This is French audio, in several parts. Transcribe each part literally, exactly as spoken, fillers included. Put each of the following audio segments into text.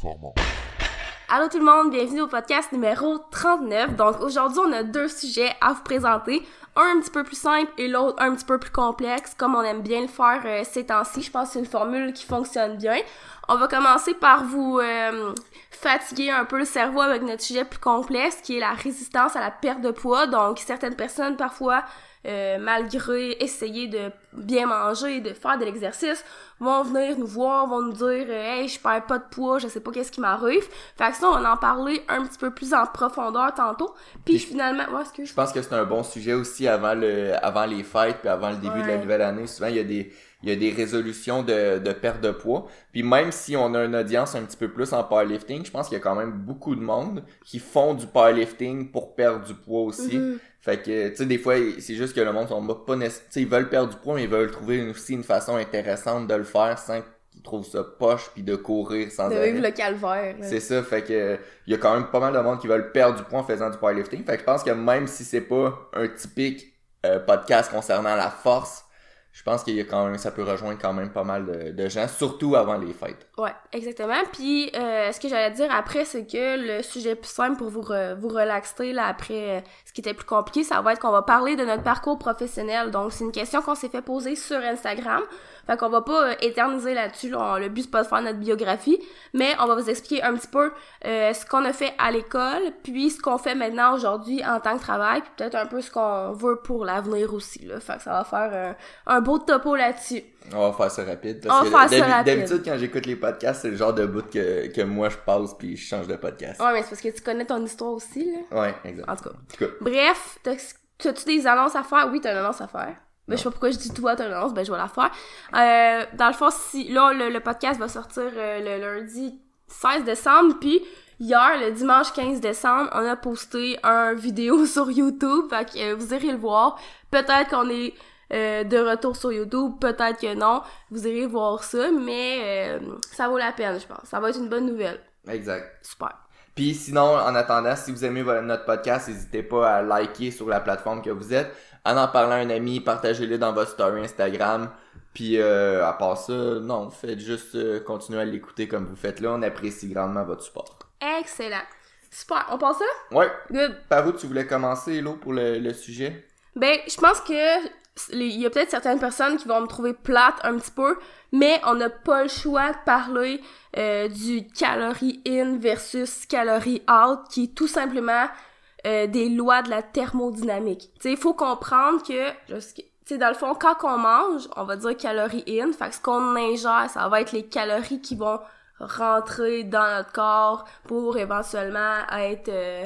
performance. Allô tout le monde, bienvenue au podcast numéro trente-neuf. Donc aujourd'hui, on a deux sujets à vous présenter. Un un petit peu plus simple et l'autre un petit peu plus complexe, comme on aime bien le faire euh, ces temps-ci. Je pense que c'est une formule qui fonctionne bien. On va commencer par vous euh, fatiguer un peu le cerveau avec notre sujet plus complexe, qui est la résistance à la perte de poids. Donc certaines personnes, parfois, euh, malgré essayer de bien manger, de faire de l'exercice, vont venir nous voir, vont nous dire euh, « Hey, je perds pas de poids, je sais pas qu'est-ce qui m'arrive. » Fait que ça, on va en parler un petit peu plus en profondeur tantôt. Puis Puis, finalement... Ouais, excuse. Je pense que c'est un bon sujet aussi avant le avant les fêtes puis avant le début Ouais. de la nouvelle année. Souvent, il y a des il y a des résolutions de, de perte de poids. Puis même si on a une audience un petit peu plus en powerlifting, je pense qu'il y a quand même beaucoup de monde qui font du powerlifting pour perdre du poids aussi. Mm-hmm. Fait que, tu sais, des fois, c'est juste que le monde sont pas nécessairement... Tu sais, ils veulent perdre du poids, mais ils veulent trouver aussi une façon intéressante de le faire sans qu'ils trouvent ça poche puis de courir sans De arrêt. vivre le calvaire. là. C'est ça, fait que il y a quand même pas mal de monde qui veulent perdre du poids en faisant du powerlifting. Fait que je pense que même si c'est pas un typique euh, podcast concernant la force, je pense qu'il y a quand même, ça peut rejoindre quand même pas mal de, de gens, surtout avant les fêtes. Ouais, exactement. Puis, euh, ce que j'allais dire après, c'est que le sujet plus simple pour vous re- vous relaxer, là, après, euh, ce qui était plus compliqué, ça va être qu'on va parler de notre parcours professionnel. Donc, c'est une question qu'on s'est fait poser sur Instagram. Fait qu'on va pas euh, éterniser là-dessus. Là. On- le but, c'est pas de faire notre biographie, mais on va vous expliquer un petit peu euh, ce qu'on a fait à l'école, puis ce qu'on fait maintenant aujourd'hui en tant que travail, puis peut-être un peu ce qu'on veut pour l'avenir aussi. Là. Fait que ça va faire un, un beau topo là-dessus. On va faire ça rapide. On Parce va que faire ça d'habi- rapide. D'habitude, quand j'écoute les podcasts, c'est le genre de bout que, que moi je passe puis je change de podcast. Ouais, mais c'est parce que tu connais ton histoire aussi, là. Ouais, exact. En tout cas. En tout cas, Bref, t'as- t'as-tu des annonces à faire? Oui, t'as une annonce à faire. Ben, je sais pas pourquoi je dis toi, t'as une annonce, ben je vais la faire. Euh, dans le fond, si là, le, le podcast va sortir euh, le lundi seize décembre, puis hier, le dimanche quinze décembre, on a posté un vidéo sur YouTube, fait que euh, vous irez le voir. Peut-être qu'on est euh, de retour sur YouTube, peut-être que non. Vous irez voir ça, mais euh, ça vaut la peine, je pense. Ça va être une bonne nouvelle. exact. Super. Puis sinon, en attendant, si vous aimez vo- notre podcast, n'hésitez pas à liker sur la plateforme que vous êtes, en en parlant à un ami, partagez-le dans votre story Instagram. Puis euh, à part ça, non, faites juste euh, continuer à l'écouter comme vous faites là. On apprécie grandement votre support. Excellent. Super. On passe ça? Ouais. Good. Par où tu voulais commencer, Hello, pour le, le sujet? Ben, je pense que les- il y a peut-être certaines personnes qui vont me trouver plate un petit peu, mais on n'a pas le choix de parler euh, du calorie in versus calorie out, qui est tout simplement euh, des lois de la thermodynamique. Tu sais, il faut comprendre que, tu sais, dans le fond, quand on mange, on va dire calorie in, fait que ce qu'on ingère, ça va être les calories qui vont rentrer dans notre corps pour éventuellement être euh,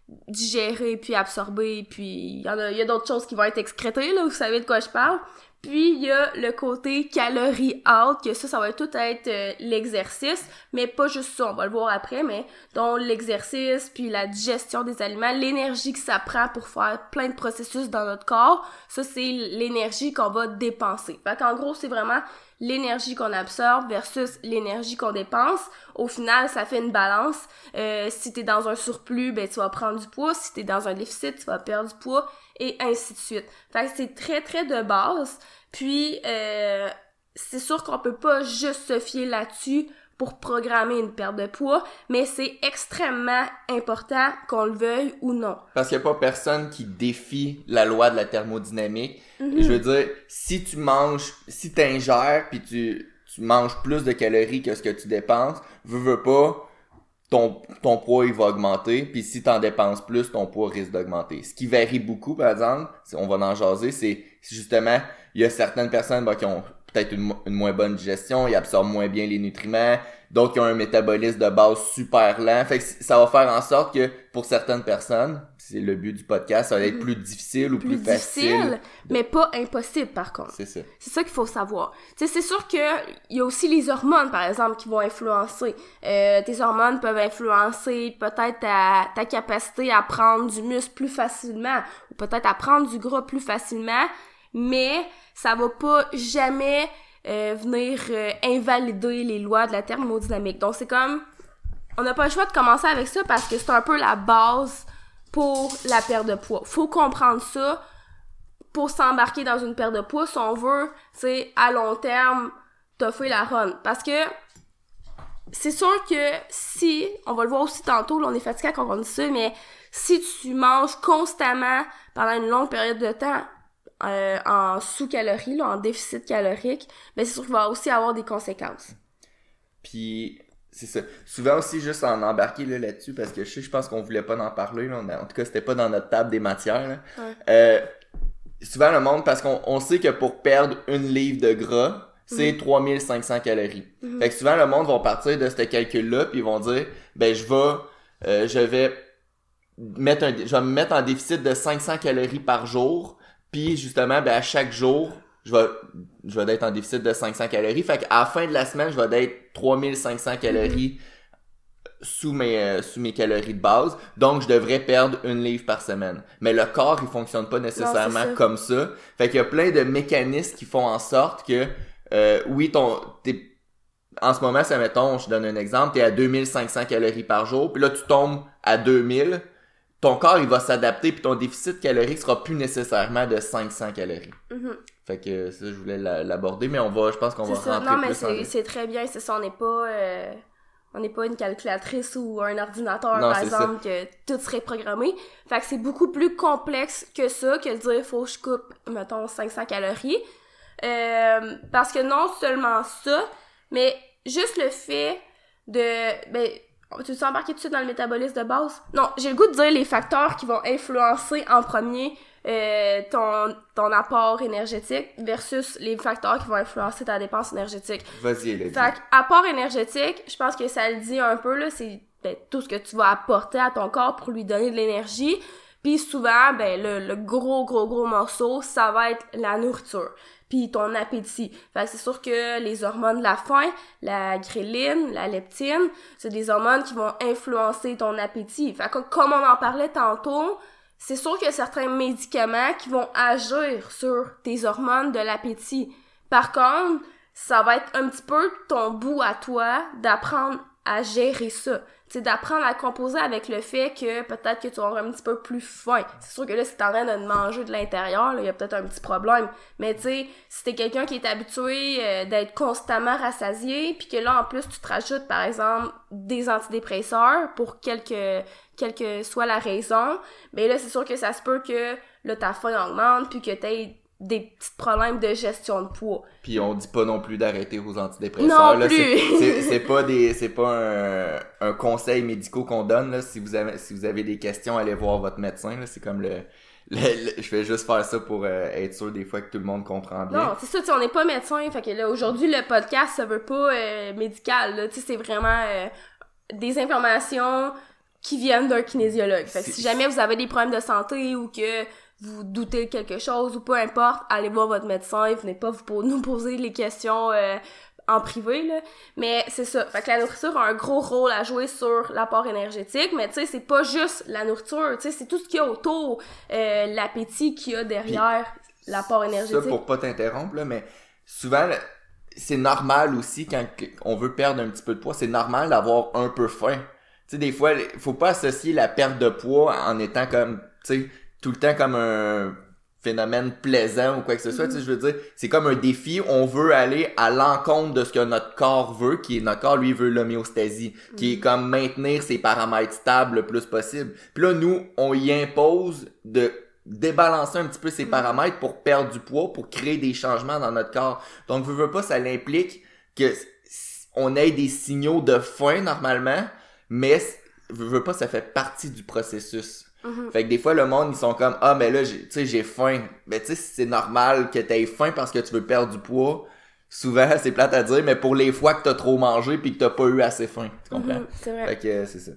digéré puis absorbé, puis il y en a il y a d'autres choses qui vont être excrétées là, vous savez de quoi je parle. Puis il y a le côté calorie out, que ça ça va tout être euh, l'exercice, mais pas juste ça, on va le voir après, mais dont l'exercice puis la digestion des aliments, l'énergie que ça prend pour faire plein de processus dans notre corps, ça c'est l'énergie qu'on va dépenser. Fait qu'en gros, c'est vraiment l'énergie qu'on absorbe versus l'énergie qu'on dépense. Au final, ça fait une balance. Euh, si t'es dans un surplus, ben tu vas prendre du poids. Si t'es dans un déficit, tu vas perdre du poids, et ainsi de suite. Fait que c'est très, très de base. Puis, euh, c'est sûr qu'on peut pas juste se fier là-dessus pour programmer une perte de poids, mais c'est extrêmement important qu'on le veuille ou non. Parce qu'il n'y a pas personne qui défie la loi de la thermodynamique. Mm-hmm. Je veux dire, si tu manges, si tu ingères puis tu, tu manges plus de calories que ce que tu dépenses, veux, veux pas, ton, ton poids il va augmenter, puis si tu en dépenses plus, ton poids risque d'augmenter. Ce qui varie beaucoup, par exemple, c'est- on va en jaser, c'est c'est justement, il y a certaines personnes bah, qui ont peut-être une, mo- une moins bonne digestion, ils absorbent moins bien les nutriments, d'autres qui ont un métabolisme de base super lent. Fait que c- ça va faire en sorte que pour certaines personnes, c'est le but du podcast, ça va être plus difficile ou plus, Plus facile. difficile, mais pas impossible par contre. C'est ça. C'est ça qu'il faut savoir. Tu sais, c'est sûr que il y a aussi les hormones, par exemple, qui vont influencer. Euh, tes hormones peuvent influencer peut-être ta, ta capacité à prendre du muscle plus facilement, ou peut-être à prendre du gras plus facilement, mais ça va pas jamais euh, venir euh, invalider les lois de la thermodynamique. Donc c'est comme, on n'a pas le choix de commencer avec ça parce que c'est un peu la base pour la perte de poids. Faut comprendre ça pour s'embarquer dans une perte de poids si on veut, tu sais, à long terme, toffer la run. Parce que c'est sûr que si, on va le voir aussi tantôt, là, on est fatigué quand on dit ça, mais si tu manges constamment pendant une longue période de temps euh, en sous-calories, là, en déficit calorique, ben c'est sûr qu'il va aussi avoir des conséquences. Puis, c'est ça. Souvent aussi, juste en embarquer là, là-dessus, parce que je sais, je pense qu'on voulait pas en parler, là. En tout cas, c'était pas dans notre table des matières, là. Ouais. Euh, souvent, le monde, parce qu'on on sait que pour perdre une livre de gras, c'est mm-hmm. trois mille cinq cents calories. Mm-hmm. Fait que souvent, le monde va partir de ce calcul-là, puis ils vont dire, ben, je vais, euh, je vais mettre un, je vais me mettre en déficit de cinq cents calories par jour, puis justement, ben, à chaque jour, je vais, je vais être en déficit de cinq cents calories. Fait qu'à la fin de la semaine, je vais être trois mille cinq cents calories mm-hmm. sous mes, euh, sous mes calories de base. Donc, je devrais perdre une livre par semaine. Mais le corps, il fonctionne pas nécessairement non, ça. Comme ça. Fait qu'il y a plein de mécanismes qui font en sorte que, euh, oui, ton, t'es, en ce moment, ça mettons, je donne un exemple, t'es à deux mille cinq cents calories par jour, puis là, tu tombes à deux mille. Ton corps, il va s'adapter, puis ton déficit calorique sera plus nécessairement de cinq cents calories. Mm-hmm. Fait que ça, je voulais l'aborder, mais on va, je pense qu'on c'est va ça. rentrer non, mais plus c'est, en... c'est très bien, c'est ça, on n'est pas... Euh... On n'est pas une calculatrice ou un ordinateur, non, par exemple, ça. Que tout serait programmé. Fait que c'est beaucoup plus complexe que ça, que de dire, faut que je coupe, mettons, cinq cents calories. Euh, parce que non seulement ça, mais juste le fait de... ben tu veux embarquer tout de suite dans le métabolisme de base? Non, j'ai le goût de dire les facteurs qui vont influencer en premier euh, ton, ton apport énergétique versus les facteurs qui vont influencer ta dépense énergétique. Vas-y, Elodie. Fait qu'apport énergétique, je pense que ça le dit un peu, là, c'est ben, tout ce que tu vas apporter à ton corps pour lui donner de l'énergie. Puis souvent, ben le, le gros, gros, gros morceau, ça va être la nourriture. Puis ton appétit. Fait que c'est sûr que les hormones de la faim, la ghréline, la leptine, c'est des hormones qui vont influencer ton appétit. Fait que comme on en parlait tantôt, c'est sûr qu'il y a certains médicaments qui vont agir sur tes hormones de l'appétit. Par contre, ça va être un petit peu ton bout à toi d'apprendre à gérer ça. Tu sais, d'apprendre à composer avec le fait que peut-être que tu vas avoir un petit peu plus faim. C'est sûr que là, si t'es en train de manger de l'intérieur, il y a peut-être un petit problème. Mais tu sais, si t'es quelqu'un qui est habitué euh, d'être constamment rassasié, puis que là, en plus, tu te rajoutes, par exemple, des antidépresseurs pour quelque, quelle que soit la raison, mais là, c'est sûr que ça se peut que là, ta faim augmente, puis que t'aies des petits problèmes de gestion de poids. Puis on dit pas non plus d'arrêter aux antidépresseurs. Non là, plus. C'est, c'est, c'est pas des, c'est pas un, un conseil médical qu'on donne là. Si vous avez, si vous avez des questions, allez voir votre médecin. Là, c'est comme le, le, le je vais juste faire ça pour euh, être sûr des fois que tout le monde comprend bien. Non, c'est ça. Tu sais, on n'est pas médecin. Fait que là, aujourd'hui, le podcast, ça veut pas euh, médical. Là, tu sais, c'est vraiment euh, des informations qui viennent d'un kinésiologue. Fait que c'est... si jamais vous avez des problèmes de santé ou que vous doutez de quelque chose ou peu importe, allez voir votre médecin et venez pas vous nous poser les questions euh, en privé, là. Mais c'est ça. Fait que la nourriture a un gros rôle à jouer sur l'apport énergétique, mais tu sais, c'est pas juste la nourriture, tu sais, c'est tout ce qu'il y a autour, euh, l'appétit qu'il y a derrière puis, l'apport énergétique. Ça, pour pas t'interrompre, là, mais souvent, là, c'est normal aussi, quand on veut perdre un petit peu de poids, c'est normal d'avoir un peu faim. Tu sais, des fois, faut pas associer la perte de poids en étant comme, tu sais, tout le temps comme un phénomène plaisant ou quoi que ce soit, mm-hmm. tu sais, je veux dire, c'est comme un défi, on veut aller à l'encontre de ce que notre corps veut, qui est, notre corps, lui, veut l'homéostasie, mm-hmm. qui est comme maintenir ses paramètres stables le plus possible. Puis là, nous, on y impose de débalancer un petit peu ses mm-hmm. paramètres pour perdre du poids, pour créer des changements dans notre corps. Donc, veux, veux pas, ça l'implique que on ait des signaux de faim, normalement, mais, veux, veux pas, ça fait partie du processus. Mm-hmm. Fait que des fois le monde ils sont comme ah mais là tu sais j'ai faim. Ben tu sais c'est normal que t'aies faim parce que tu veux perdre du poids. Souvent c'est plate à dire mais pour les fois que t'as trop mangé puis que t'as pas eu assez faim, tu comprends? Mm-hmm, c'est vrai. Fait que euh, c'est ça.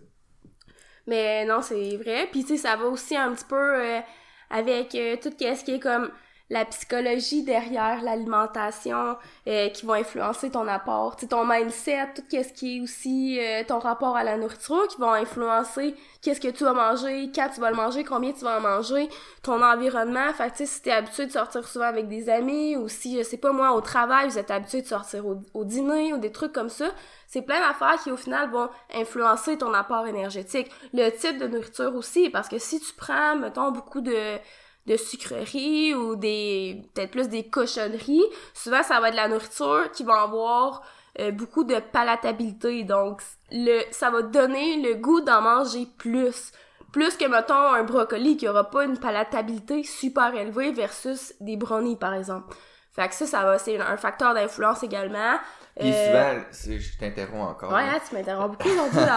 Mais non c'est vrai puis tu sais ça va aussi un petit peu euh, avec euh, tout ce qui est comme la psychologie derrière l'alimentation euh, qui vont influencer ton apport, tu sais ton mindset, tout ce qui est aussi euh, ton rapport à la nourriture qui vont influencer qu'est-ce que tu vas manger, quand tu vas le manger, combien tu vas en manger, ton environnement. Fait que tu sais si t'es habitué de sortir souvent avec des amis ou si je sais pas moi au travail vous êtes habitué de sortir au, au dîner ou des trucs comme ça, c'est plein d'affaires qui au final vont influencer ton apport énergétique. Le type de nourriture aussi parce que si tu prends mettons beaucoup de de sucreries ou des peut-être plus des cochonneries, souvent ça va être de la nourriture qui va avoir euh, beaucoup de palatabilité. Donc, le ça va donner le goût d'en manger plus. Plus que, mettons, un brocoli qui aura pas une palatabilité super élevée versus des brownies, par exemple. Fait que ça, ça va, c'est un facteur d'influence également. Puis euh... souvent, c'est, je t'interromps encore. Ouais, hein, tu m'interromps beaucoup aujourd'hui, là.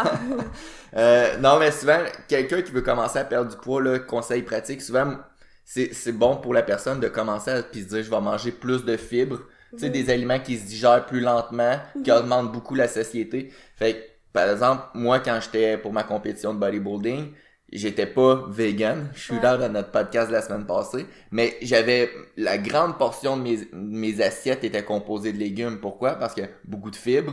euh, non, mais souvent, quelqu'un qui veut commencer à perdre du poids, là, conseil pratique, souvent, c'est, c'est bon pour la personne de commencer à puis se dire, je vais manger plus de fibres. Mm-hmm. Tu sais, des aliments qui se digèrent plus lentement, mm-hmm. qui augmentent beaucoup la satiété. Fait que, par exemple, moi, quand j'étais pour ma compétition de bodybuilding, j'étais pas vegan, je suis ouais. là dans notre podcast de la semaine passée, mais j'avais la grande portion de mes, mes assiettes étaient composées de légumes. Pourquoi? Parce que beaucoup de fibres,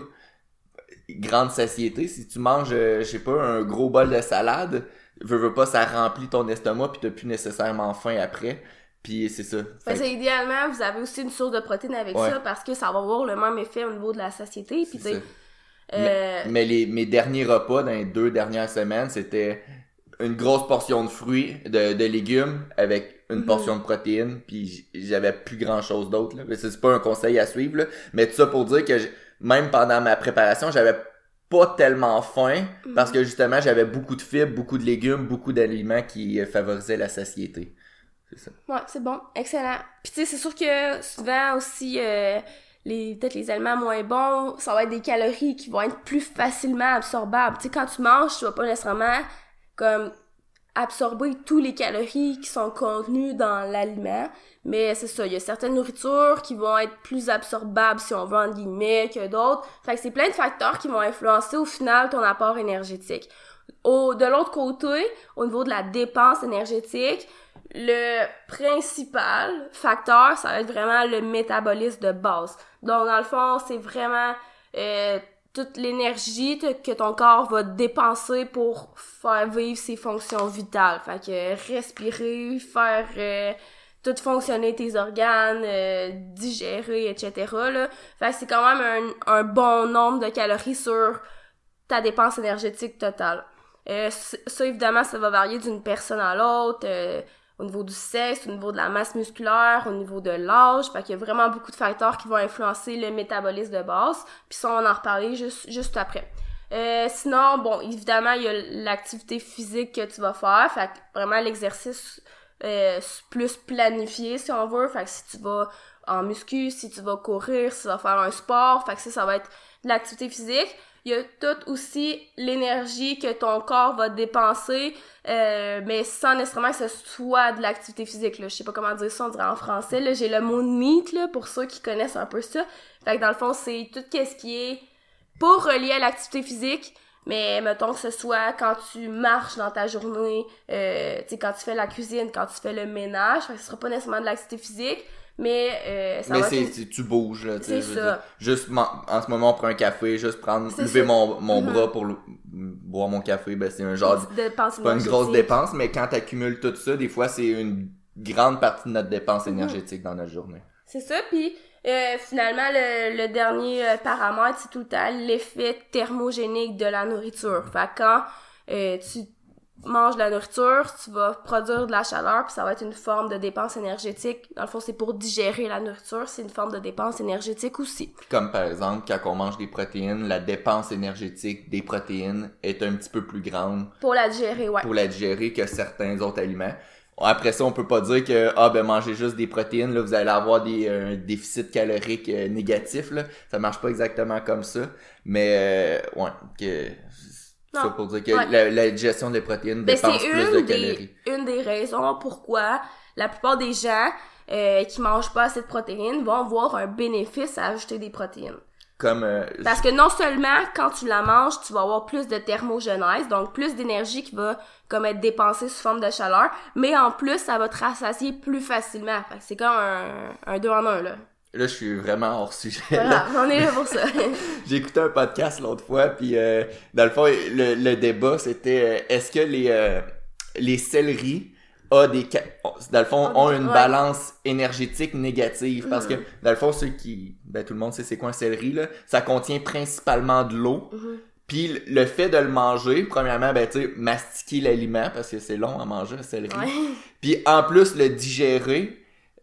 grande satiété. Si tu manges, euh, je sais pas, un gros bol de salade, veux, veux pas, ça remplit ton estomac puis t'as plus nécessairement faim après. Puis c'est ça. Fait que... idéalement, vous avez aussi une source de protéines avec ouais. ça parce que ça va avoir le même effet au niveau de la satiété. Puis euh... mais, mais les mes derniers repas dans les deux dernières semaines, c'était une grosse portion de fruits, de, de légumes avec une mm-hmm. portion de protéines, puis j'avais plus grand chose d'autre là. C'est pas un conseil à suivre là, mais tout ça pour dire que même pendant ma préparation, j'avais pas tellement faim mm-hmm. parce que justement, j'avais beaucoup de fibres, beaucoup de légumes, beaucoup d'aliments qui favorisaient la satiété. C'est ça. Ouais, c'est bon, excellent. Puis tu sais, c'est sûr que souvent aussi euh, les peut-être les aliments moins bons, ça va être des calories qui vont être plus facilement absorbables. Tu sais, quand tu manges, tu vas pas nécessairement comme absorber tous les calories qui sont contenues dans l'aliment, mais c'est ça, il y a certaines nourritures qui vont être plus absorbables si on veut entre guillemets que d'autres. Fait que c'est plein de facteurs qui vont influencer au final ton apport énergétique. Au de l'autre côté, au niveau de la dépense énergétique, le principal facteur, ça va être vraiment le métabolisme de base. Donc dans le fond, c'est vraiment euh, toute l'énergie que ton corps va dépenser pour faire vivre ses fonctions vitales. Fait que respirer, faire euh, tout fonctionner tes organes, euh, digérer, et cetera. Là. Fait que c'est quand même un, un bon nombre de calories sur ta dépense énergétique totale. Euh, ça, évidemment, ça va varier d'une personne à l'autre, euh, au niveau du sexe, au niveau de la masse musculaire, au niveau de l'âge. Fait qu'il y a vraiment beaucoup de facteurs qui vont influencer le métabolisme de base. Puis ça, on va en reparler juste, juste après. Euh, sinon, bon, évidemment, il y a l'activité physique que tu vas faire. Fait que vraiment l'exercice euh, plus planifié, si on veut. Fait que si tu vas en muscu, si tu vas courir, si tu vas faire un sport, fait que ça, ça va être de l'activité physique. Il y a tout aussi l'énergie que ton corps va dépenser, euh, mais sans nécessairement que ce soit de l'activité physique, là. Je sais pas comment dire ça, on dirait en français, là. J'ai le mot meat, là, pour ceux qui connaissent un peu ça. Fait que dans le fond, c'est tout ce qui est pas relié à l'activité physique, mais mettons que ce soit quand tu marches dans ta journée, euh, tu sais, quand tu fais la cuisine, quand tu fais le ménage, fait que ce sera pas nécessairement de l'activité physique, mais euh, ça mais va c'est, être... c'est tu bouges là, tu sais, c'est ça. Juste en ce moment on prend un café, juste prendre c'est lever ça. mon mon mm-hmm. bras pour le, boire mon café, ben c'est un genre de dépense pas une grosse dépense, mais quand t'accumules tout ça, des fois c'est une grande partie de notre dépense énergétique mm-hmm. dans notre journée. C'est ça, puis euh, finalement le, le dernier euh, paramètre, c'est tout le temps l'effet thermogénique de la nourriture. Fait que quand euh, tu manges de la nourriture, tu vas produire de la chaleur, puis ça va être une forme de dépense énergétique. Dans le fond, c'est pour digérer la nourriture, c'est une forme de dépense énergétique aussi. Comme par exemple, quand on mange des protéines, la dépense énergétique des protéines est un petit peu plus grande. Pour la digérer, ouais. Pour la digérer que certains autres aliments. Après ça, on peut pas dire que ah ben mangez juste des protéines, là, vous allez avoir des euh, un déficit calorique euh, négatif, là. Ça marche pas exactement comme ça. Mais euh, ouais, que Non. ça pour dire que ouais. la, la digestion des protéines ben, dépense plus de des, calories. C'est une des raisons pourquoi la plupart des gens euh, qui mangent pas assez de protéines vont voir un bénéfice à ajouter des protéines. Comme euh, Parce que non seulement quand tu la manges, tu vas avoir plus de thermogenèse, donc plus d'énergie qui va comme être dépensée sous forme de chaleur, mais en plus ça va te rassasier plus facilement. Fait que c'est comme un, un deux en un là. Là, je suis vraiment hors sujet. Voilà, on est là pour ça. J'ai écouté un podcast l'autre fois, puis euh, dans le fond, le, le débat, c'était euh, est-ce que les euh, les céleris a des dans le fond ont une ouais. balance énergétique négative, parce mm-hmm. que dans le fond, ceux qui ben tout le monde sait c'est quoi un céleri là, ça contient principalement de l'eau. Mm-hmm. Puis le fait de le manger, premièrement, ben tu sais, mastiquer l'aliment parce que c'est long à manger le céleri. Ouais. Puis en plus le digérer,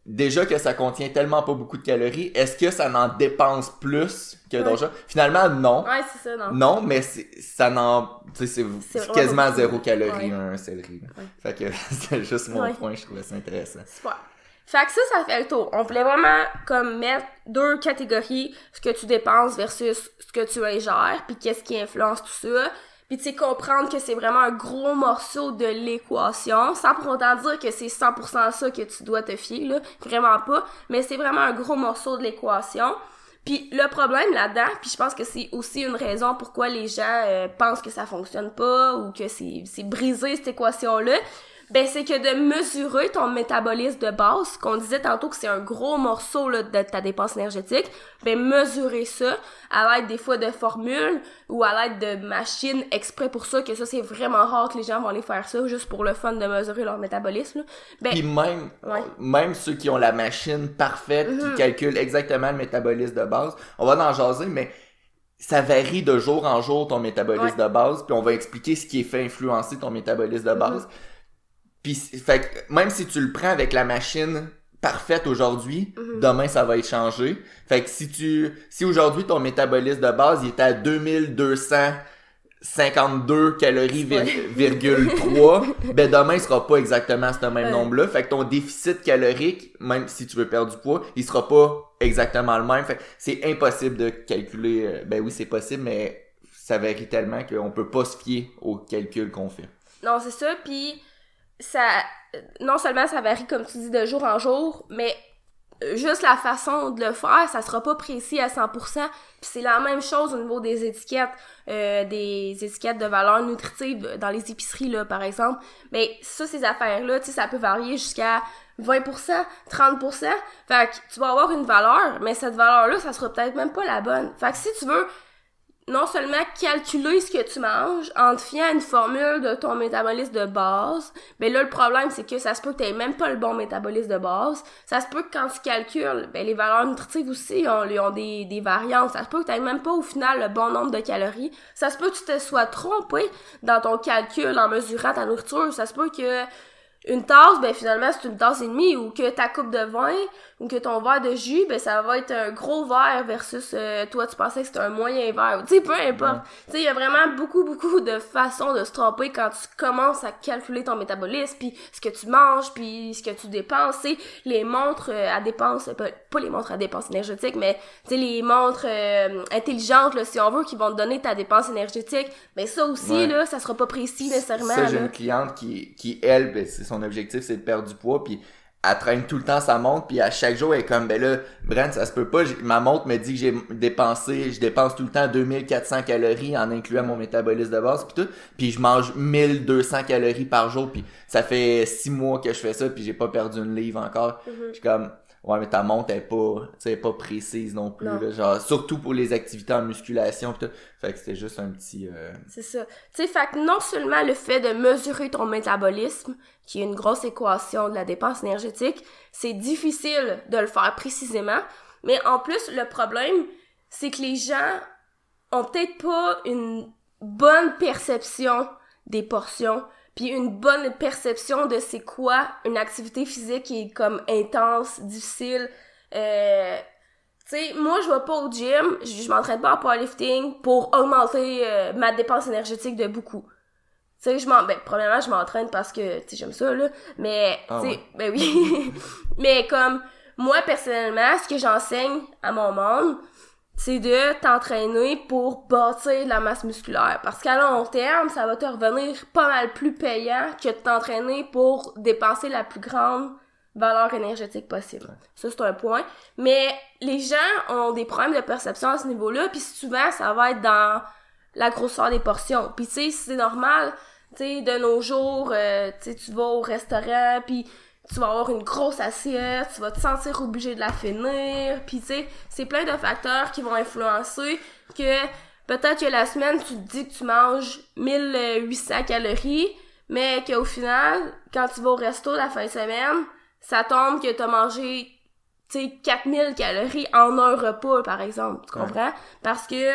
déjà que ça contient tellement pas beaucoup de calories, est-ce que ça n'en dépense plus que Ouais. d'autres choses? Finalement, non. Ouais, c'est ça, non. Non, mais c'est, ça n'en, tu sais, c'est, C'est c'est vraiment quasiment beaucoup. zéro calorie, Ouais. un céleri. là. Ouais. Fait que c'est juste mon Ouais. point, je trouvais ça intéressant. Super. Fait que ça, ça fait le tour. On voulait vraiment comme mettre deux catégories, ce que tu dépenses versus ce que tu ingères, puis qu'est-ce qui influence tout ça. Puis tu sais, comprendre que c'est vraiment un gros morceau de l'équation, sans pour autant dire que c'est cent pour cent ça que tu dois te fier, là. Vraiment pas. Mais c'est vraiment un gros morceau de l'équation. Puis le problème là-dedans, puis je pense que c'est aussi une raison pourquoi les gens euh, pensent que ça fonctionne pas ou que c'est, c'est brisé cette équation-là, ben c'est que de mesurer ton métabolisme de base, qu'on disait tantôt que c'est un gros morceau là, de ta dépense énergétique, ben mesurer ça à l'aide des fois de formules ou à l'aide de machines exprès pour ça, que ça c'est vraiment rare que les gens vont aller faire ça juste pour le fun de mesurer leur métabolisme. Là. Ben, Puis même, ouais. même ceux qui ont la machine parfaite, Mhm. qui calculent exactement le métabolisme de base, on va en jaser, mais ça varie de jour en jour ton métabolisme Ouais. de base, puis on va expliquer ce qui est fait influencer ton métabolisme de base. Puis fait que même si tu le prends avec la machine parfaite aujourd'hui, Mhm. demain ça va être changé. Fait que si tu si aujourd'hui ton métabolisme de base il est à deux mille deux cent cinquante-deux calories vir- Ouais. virgule trois, ben demain il sera pas exactement ce même Ouais. nombre-là. Fait que ton déficit calorique, même si tu veux perdre du poids, il sera pas exactement le même. Fait que c'est impossible de calculer. euh, Ben oui, c'est possible, mais ça varie tellement qu'on peut pas se fier aux calculs qu'on fait. Non, c'est ça, puis ça, non seulement ça varie, comme tu dis, de jour en jour, mais juste la façon de le faire, ça sera pas précis à cent pour cent, puis c'est la même chose au niveau des étiquettes, euh, des étiquettes de valeur nutritive dans les épiceries, là, par exemple. Mais ça, ces affaires-là, tu sais, ça peut varier jusqu'à vingt pour cent, trente pour cent, fait que tu vas avoir une valeur, mais cette valeur-là, ça sera peut-être même pas la bonne. Fait que si tu veux non seulement calculer ce que tu manges en te fiant à une formule de ton métabolisme de base, ben là, le problème, c'est que ça se peut que t'aies même pas le bon métabolisme de base. Ça se peut que quand tu calcules, ben les valeurs nutritives aussi ont, ont des, des variantes. Ça se peut que t'aies même pas au final le bon nombre de calories. Ça se peut que tu te sois trompé dans ton calcul en mesurant ta nourriture. Ça se peut que une tasse, ben finalement, c'est une tasse et demie, ou que ta coupe de vin, ou que ton verre de jus, ben ça va être un gros verre versus euh, toi, tu pensais que c'était un moyen verre. Tu sais, peu importe. Ouais. Tu sais, il y a vraiment beaucoup, beaucoup de façons de se tromper quand tu commences à calculer ton métabolisme, puis ce que tu manges, puis ce que tu dépenses. Tu sais, les montres euh, à dépenses, pas, pas les montres à dépenses énergétiques, mais tu sais, les montres euh, intelligentes, là, si on veut, qui vont te donner ta dépense énergétique, ben ça aussi, Ouais. là, ça sera pas précis nécessairement. Ça, j'ai là. une cliente qui, qui elle, ben, c'est son objectif, c'est de perdre du poids, puis elle traîne tout le temps sa montre, puis à chaque jour, elle est comme, ben là, Brent, ça se peut pas, j'ai- ma montre me dit que j'ai dépensé, je dépense tout le temps deux mille quatre cents calories en incluant mon métabolisme de base, puis tout, puis je mange mille deux cents calories par jour, puis ça fait six mois que je fais ça, puis j'ai pas perdu une livre encore. Mhm. Je suis comme, ouais, mais ta montre est pas, tu sais, pas précise non plus, Non. là, genre, surtout pour les activités en musculation, pis tout. Fait que c'était juste un petit, euh... C'est ça. Tu sais, fait que non seulement le fait de mesurer ton métabolisme, qui est une grosse équation de la dépense énergétique, c'est difficile de le faire précisément, mais en plus, le problème, c'est que les gens ont peut-être pas une bonne perception des portions, puis une bonne perception de c'est quoi une activité physique qui est comme intense, difficile. Euh, tu sais, moi, je vais pas au gym, je, je m'entraîne pas en powerlifting pour augmenter euh, ma dépense énergétique de beaucoup. Tu sais, je m'en... Ben, premièrement, je m'entraîne parce que, tu sais, j'aime ça, là, mais, Ah tu sais, ouais. ben oui. Mais comme, moi, personnellement, ce que j'enseigne à mon monde, c'est de t'entraîner pour bâtir de la masse musculaire. Parce qu'à long terme, ça va te revenir pas mal plus payant que de t'entraîner pour dépenser la plus grande valeur énergétique possible. Ça, c'est un point. Mais les gens ont des problèmes de perception à ce niveau-là, puis souvent, ça va être dans la grosseur des portions. Puis tu sais, c'est normal, tu sais, de nos jours, euh, tu sais, tu vas au restaurant, puis tu vas avoir une grosse assiette, tu vas te sentir obligé de la finir, puis tu sais, c'est plein de facteurs qui vont influencer que peut-être que la semaine, tu te dis que tu manges mille huit cents calories, mais qu'au final, quand tu vas au resto la fin de semaine, ça tombe que t'as mangé, tu sais, quatre mille calories en un repas, par exemple, tu comprends? Ouais. Parce que,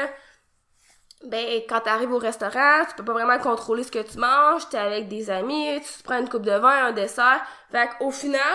ben, quand t'arrives au restaurant, tu peux pas vraiment contrôler ce que tu manges, t'es avec des amis, tu te prends une coupe de vin, un dessert, fait qu'au final,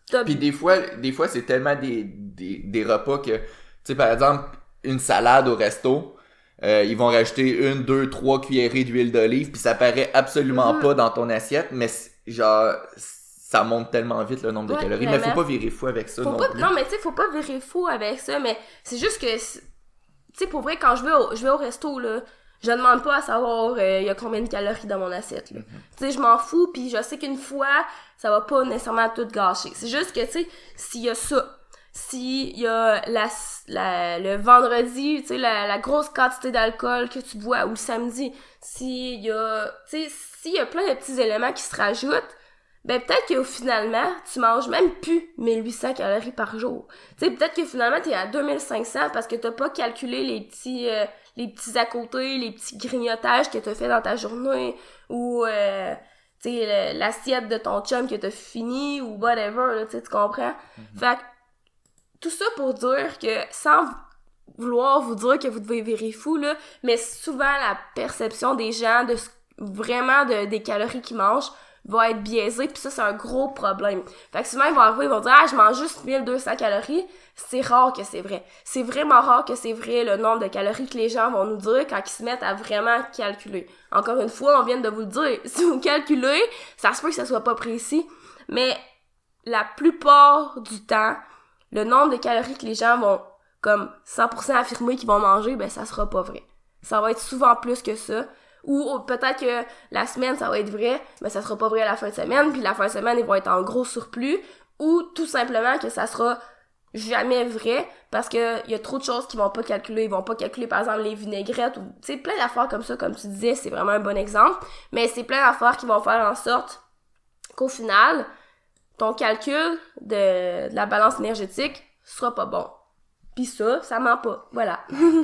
T'as... Puis des fois, des fois, c'est tellement des, des, des repas que, tu sais, par exemple, une salade au resto, euh, ils vont rajouter une, deux, trois cuillerées d'huile d'olive, puis ça paraît absolument mm-hmm. pas dans ton assiette, mais genre, ça monte tellement vite le nombre ouais, de calories. Vraiment. Mais faut pas virer fou avec ça faut non pas, plus. Non, mais tu sais, faut pas virer fou avec ça, mais c'est juste que, tu sais, pour vrai, quand je vais au, je vais au resto, là, je demande pas à savoir il euh, y a combien de calories dans mon assiette, là. Mm-hmm. Tu sais, je m'en fous, puis je sais qu'une fois, ça va pas nécessairement tout gâcher. C'est juste que, tu sais, s'il y a ça, s'il y a la, la, le vendredi, tu sais, la, la grosse quantité d'alcool que tu bois, ou le samedi, s'il y a, tu sais, s'il y a plein de petits éléments qui se rajoutent, ben peut-être que finalement, tu manges même plus mille huit cents calories par jour. Tu sais, peut-être que finalement, t'es à deux mille cinq cents parce que t'as pas calculé les petits, euh, les petits à côté, les petits grignotages que t'as fait dans ta journée, ou, euh, tu sais, l'assiette de ton chum que t'as fini, ou whatever, là, tu sais, tu comprends? Mm-hmm. Fait que, tout ça pour dire que, sans vouloir vous dire que vous devez virer fou, là, mais souvent, la perception des gens de vraiment de, des calories qu'ils mangent va être biaisée, puis ça, c'est un gros problème. Fait que souvent, ils vont arriver, ils vont dire « Ah, je mange juste mille deux cents calories », c'est rare que c'est vrai. C'est vraiment rare que c'est vrai le nombre de calories que les gens vont nous dire quand ils se mettent à vraiment calculer. Encore une fois, on vient de vous le dire, si vous calculez, ça se peut que ça soit pas précis, mais la plupart du temps, le nombre de calories que les gens vont comme cent pour cent affirmer qu'ils vont manger, ben ça sera pas vrai. Ça va être souvent plus que ça. Ou peut-être que la semaine, ça va être vrai, mais ça sera pas vrai à la fin de semaine, puis la fin de semaine, ils vont être en gros surplus. Ou tout simplement que ça sera jamais vrai, parce que il y a trop de choses qu'ils vont pas calculer. Ils vont pas calculer, par exemple, les vinaigrettes, ou tu sais, plein d'affaires comme ça, comme tu disais, c'est vraiment un bon exemple. Mais c'est plein d'affaires qui vont faire en sorte qu'au final, ton calcul de, de la balance énergétique sera pas bon. Pis ça, ça ment pas. Voilà.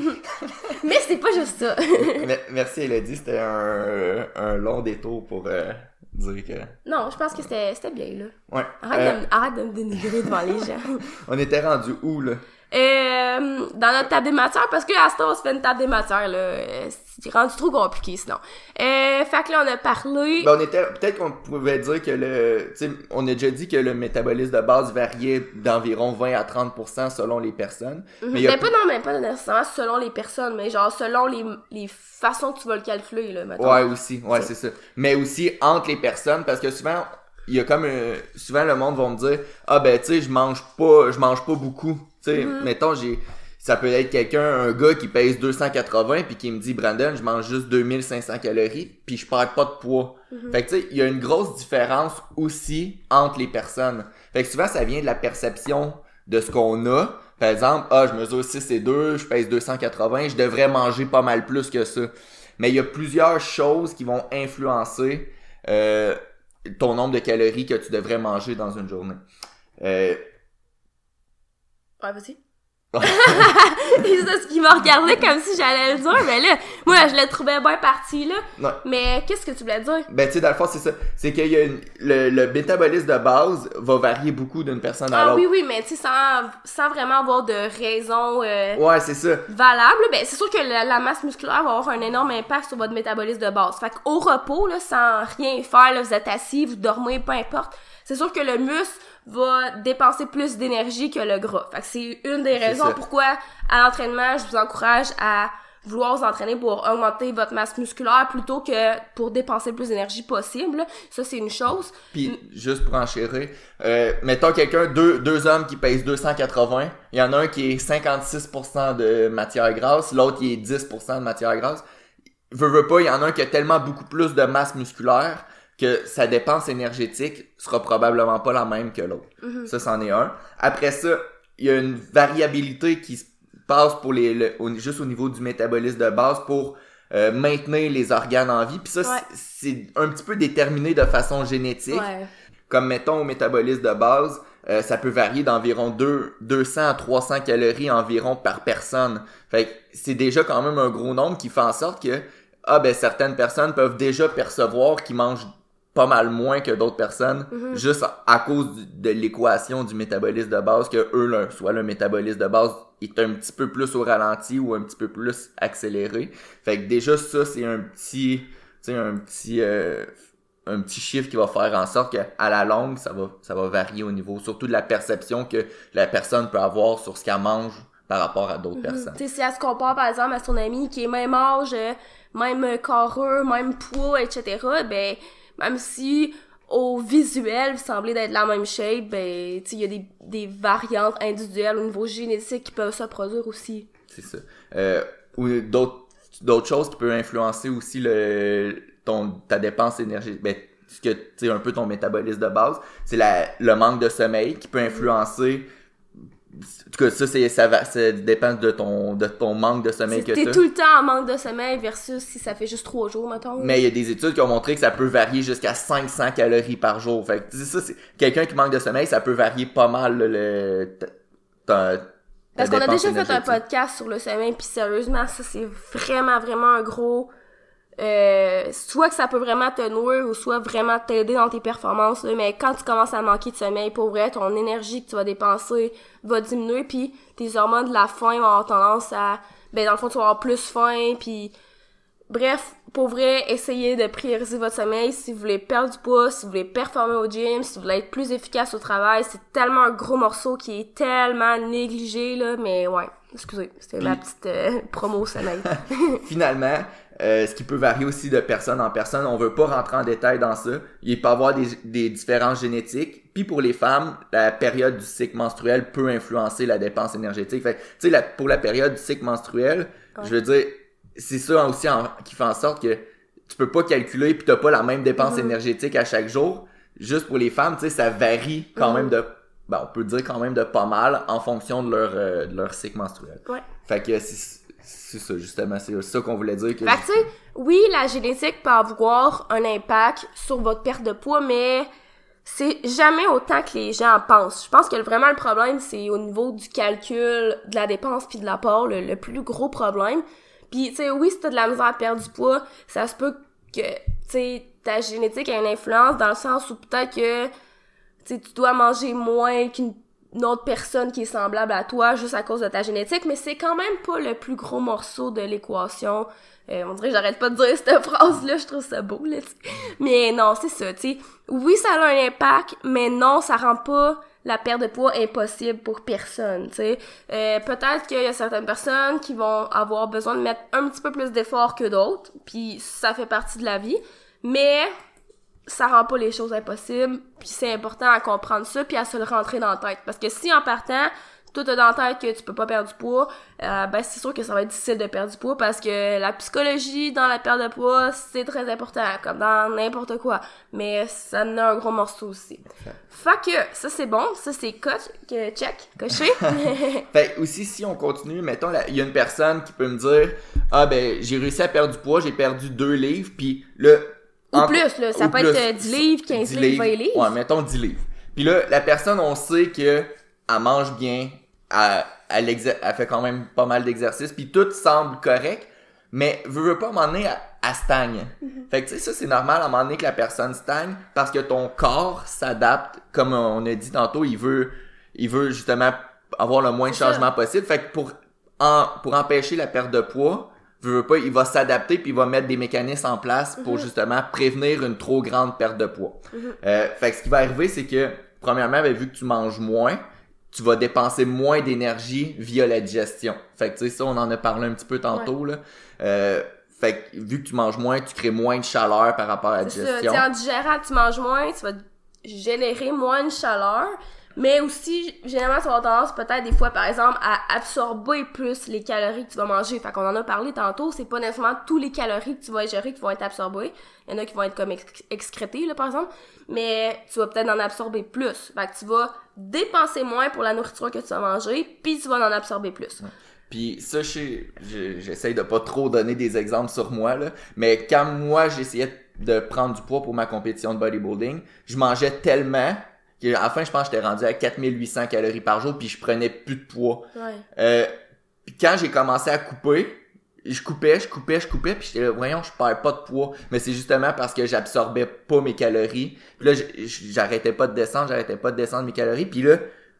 Mais c'est pas juste ça. Merci Elodie, c'était un, un long détour pour euh, dire que... Non, je pense que c'était, c'était bien, là. Ouais. Arrête, euh... de, me, arrête de me dénigrer devant les gens. On était rendu où, là? Euh, dans notre table des matières, parce que à ce temps, on se fait une table des matières, là. C'est rendu trop compliqué, sinon. Euh, fait que là, on a parlé... Ben, on était... Peut-être qu'on pouvait dire que le... Tu sais, on a déjà dit que le métabolisme de base variait d'environ vingt à trente pour cent selon les personnes. Mm-hmm. Mais, y a... mais pas, non, mais pas nécessairement selon les personnes, mais genre selon les, les façons que tu vas le calculer, là, mettons. Ouais, aussi. Ouais, c'est ça. Mais aussi entre les personnes, parce que souvent... Il y a comme un... souvent le monde va me dire ah ben tu sais je mange pas je mange pas beaucoup tu sais mm-hmm. mettons j'ai ça peut être quelqu'un un gars qui pèse deux cent quatre-vingts puis qui me dit Brandon je mange juste deux mille cinq cents calories puis je perds pas de poids. Mm-hmm. Fait que tu sais il y a une grosse différence aussi entre les personnes. Fait que souvent ça vient de la perception de ce qu'on a. Par exemple ah je mesure six et deux, je pèse deux cent quatre-vingts, je devrais manger pas mal plus que ça. Mais il y a plusieurs choses qui vont influencer euh ton nombre de calories que tu devrais manger dans une journée. Euh... Ouais, vas-y. C'est ça, ce qui m'a regardé comme si j'allais le dire, mais là, moi, je le trouvais bien parti, là. Ouais. Mais qu'est-ce que tu voulais dire? Ben, tu sais, dans le fond, c'est ça. C'est qu'il y a une, le, le métabolisme de base va varier beaucoup d'une personne à ah, l'autre. Ah oui, oui, mais tu sais, sans, sans vraiment avoir de raison euh, ouais, c'est ça. valable, ben, c'est sûr que la, la masse musculaire va avoir un énorme impact sur votre métabolisme de base. Fait qu'au repos, là, sans rien faire, là, vous êtes assis, vous dormez, peu importe, c'est sûr que le muscle va dépenser plus d'énergie que le gras. Fait que c'est une des raisons pourquoi, à l'entraînement, je vous encourage à vouloir vous entraîner pour augmenter votre masse musculaire plutôt que pour dépenser le plus d'énergie possible. Ça, c'est une chose. Puis, juste pour enchérir, euh, mettons quelqu'un, deux, deux hommes qui pèsent deux cent quatre-vingts, il y en a un qui est cinquante-six pour cent de matière grasse, l'autre qui est dix pour cent de matière grasse. Veux, veux pas, il y en a un qui a tellement beaucoup plus de masse musculaire que sa dépense énergétique sera probablement pas la même que l'autre. Mm-hmm. Ça, c'en est un. Après ça, il y a une variabilité qui se passe pour les, le, au, juste au niveau du métabolisme de base pour euh, maintenir les organes en vie. Puis ça, ouais. c'est, c'est un petit peu déterminé de façon génétique. Ouais. Comme, mettons, au métabolisme de base, euh, ça peut varier d'environ deux, deux cents à trois cents calories environ par personne. Fait que c'est déjà quand même un gros nombre qui fait en sorte que ah ben certaines personnes peuvent déjà percevoir qu'ils mangent pas mal moins que d'autres personnes, mm-hmm. juste à cause de l'équation du métabolisme de base, que eux, là, soit le métabolisme de base est un petit peu plus au ralenti ou un petit peu plus accéléré. Fait que déjà, ça, c'est un petit, tu sais, un petit, euh, un petit chiffre qui va faire en sorte qu'à la longue, ça va, ça va varier au niveau, surtout de la perception que la personne peut avoir sur ce qu'elle mange par rapport à d'autres mm-hmm. personnes. Tu sais, si elle se compare, par exemple, à son ami qui est même âge, même carrure, même poids, et cetera, ben, même si au visuel, vous semblez d'être la même shape, ben, tu sais, il y a des, des variantes individuelles au niveau génétique qui peuvent se produire aussi. C'est ça. Euh, ou d'autres, d'autres choses qui peuvent influencer aussi le, ton, ta dépense énergétique, ben, ce que, tu sais, un peu ton métabolisme de base, c'est la, le manque de sommeil qui peut influencer. En tout cas, ça, c'est, ça, va, ça dépend de ton, de ton manque de sommeil c'est, que tu as. T'es tout le temps en manque de sommeil versus si ça fait juste trois jours, mettons. Mais il y a des études qui ont montré que ça peut varier jusqu'à cinq cents calories par jour. Fait que, ça, c'est, quelqu'un qui manque de sommeil, ça peut varier pas mal, le, le ta, ta Parce qu'on a déjà fait un podcast sur le sommeil, puis sérieusement, ça, c'est vraiment, vraiment un gros... Euh, soit que ça peut vraiment te nuire ou soit vraiment t'aider dans tes performances là, mais quand tu commences à manquer de sommeil, pour vrai, ton énergie que tu vas dépenser va diminuer, puis tes hormones de la faim vont avoir tendance à, ben dans le fond tu vas avoir plus faim, puis bref, pour vrai, essayez de prioriser votre sommeil si vous voulez perdre du poids, si vous voulez performer au gym, si vous voulez être plus efficace au travail. C'est tellement un gros morceau qui est tellement négligé là, mais ouais, excusez, c'était puis, ma petite euh, promo sommeil. Finalement, Euh, ce qui peut varier aussi de personne en personne. On veut pas rentrer en détail dans ça. Il peut y avoir des, des différences génétiques. Puis pour les femmes, la période du cycle menstruel peut influencer la dépense énergétique. Fait tu sais, la, pour la période du cycle menstruel, ouais. je veux dire, c'est ça aussi en, qui fait en sorte que tu peux pas calculer puis t'as pas la même dépense mm-hmm. énergétique à chaque jour. Juste pour les femmes, tu sais, ça varie quand mm-hmm. même de, ben, on peut dire quand même de pas mal en fonction de leur, euh, de leur cycle menstruel. Ouais. Fait que c'est, c'est ça, justement, c'est ça qu'on voulait dire. Que fait que tu sais, oui, la génétique peut avoir un impact sur votre perte de poids, mais c'est jamais autant que les gens pensent. Je pense que vraiment le problème, c'est au niveau du calcul de la dépense puis de l'apport, le, le plus gros problème. Puis, tu sais, oui, si t'as de la misère à perdre du poids, ça se peut que, tu sais, ta génétique a une influence dans le sens où peut-être que, tu sais, tu dois manger moins qu'une une autre personne qui est semblable à toi juste à cause de ta génétique, mais c'est quand même pas le plus gros morceau de l'équation. Euh, on dirait que j'arrête pas de dire cette phrase-là, je trouve ça beau, là, t'sais. Mais non, c'est ça, tu sais. Oui, ça a un impact, mais non, ça rend pas la perte de poids impossible pour personne, tu sais. Euh, peut-être qu'il y a certaines personnes qui vont avoir besoin de mettre un petit peu plus d'efforts que d'autres, puis ça fait partie de la vie, mais ça rend pas les choses impossibles, puis c'est important à comprendre ça, puis à se le rentrer dans la tête. Parce que si en partant, toi t'as dans la tête que tu peux pas perdre du poids, euh, ben c'est sûr que ça va être difficile de perdre du poids, parce que la psychologie dans la perte de poids, c'est très important, comme dans n'importe quoi. Mais ça en a un gros morceau aussi. Fait que, ça c'est bon, ça c'est coach, que check, coché. Fait aussi, si on continue, mettons, il y a une personne qui peut me dire, ah ben, j'ai réussi à perdre du poids, j'ai perdu deux livres, puis là, Ou en, plus, là. Ça peut plus, être dix livres, quinze livres, vingt livres. Ouais, mettons dix livres. Puis là, la personne, on sait que elle mange bien, elle, elle, exer- elle fait quand même pas mal d'exercices, puis tout semble correct, mais veut, veut pas, à un moment donné, elle, elle stagne. Mm-hmm. Fait que, tu sais, ça, c'est normal, à un moment donné, que la personne stagne, parce que ton corps s'adapte, comme on a dit tantôt, il veut, il veut justement avoir le moins de changement possible. Fait que pour, en, pour empêcher la perte de poids, veut pas, il va s'adapter puis il va mettre des mécanismes en place pour mm-hmm. justement prévenir une trop grande perte de poids. Mm-hmm. Euh, fait que ce qui va arriver, c'est que, premièrement, ben, vu que tu manges moins, tu vas dépenser moins d'énergie via la digestion. Fait que, tu sais, ça, on en a parlé un petit peu tantôt, ouais. là. Euh, fait que, vu que tu manges moins, tu crées moins de chaleur par rapport à la c'est digestion. Ça. En digérant, tu manges moins, tu vas générer moins de chaleur. Mais aussi, généralement, ça va avoir tendance peut-être des fois, par exemple, à absorber plus les calories que tu vas manger. Fait qu'on en a parlé tantôt, c'est pas nécessairement tous les calories que tu vas ingérer qui vont être absorbées. Il y en a qui vont être comme ex- excrétées, là, par exemple. Mais tu vas peut-être en absorber plus. Fait que tu vas dépenser moins pour la nourriture que tu vas manger, puis tu vas en absorber plus. Ouais. Puis ça, je, je, j'essaye de pas trop donner des exemples sur moi, là. Mais quand moi, j'essayais de prendre du poids pour ma compétition de bodybuilding, je mangeais tellement... à la fin, je pense que j'étais rendu à quatre mille huit cents calories par jour, puis je prenais plus de poids. Ouais. Euh, puis quand j'ai commencé à couper, je coupais, je coupais, je coupais, puis j'étais là, voyons, je perds pas de poids. Mais c'est justement parce que j'absorbais pas mes calories. Puis là, j'arrêtais pas de descendre, j'arrêtais pas de descendre mes calories. Puis là,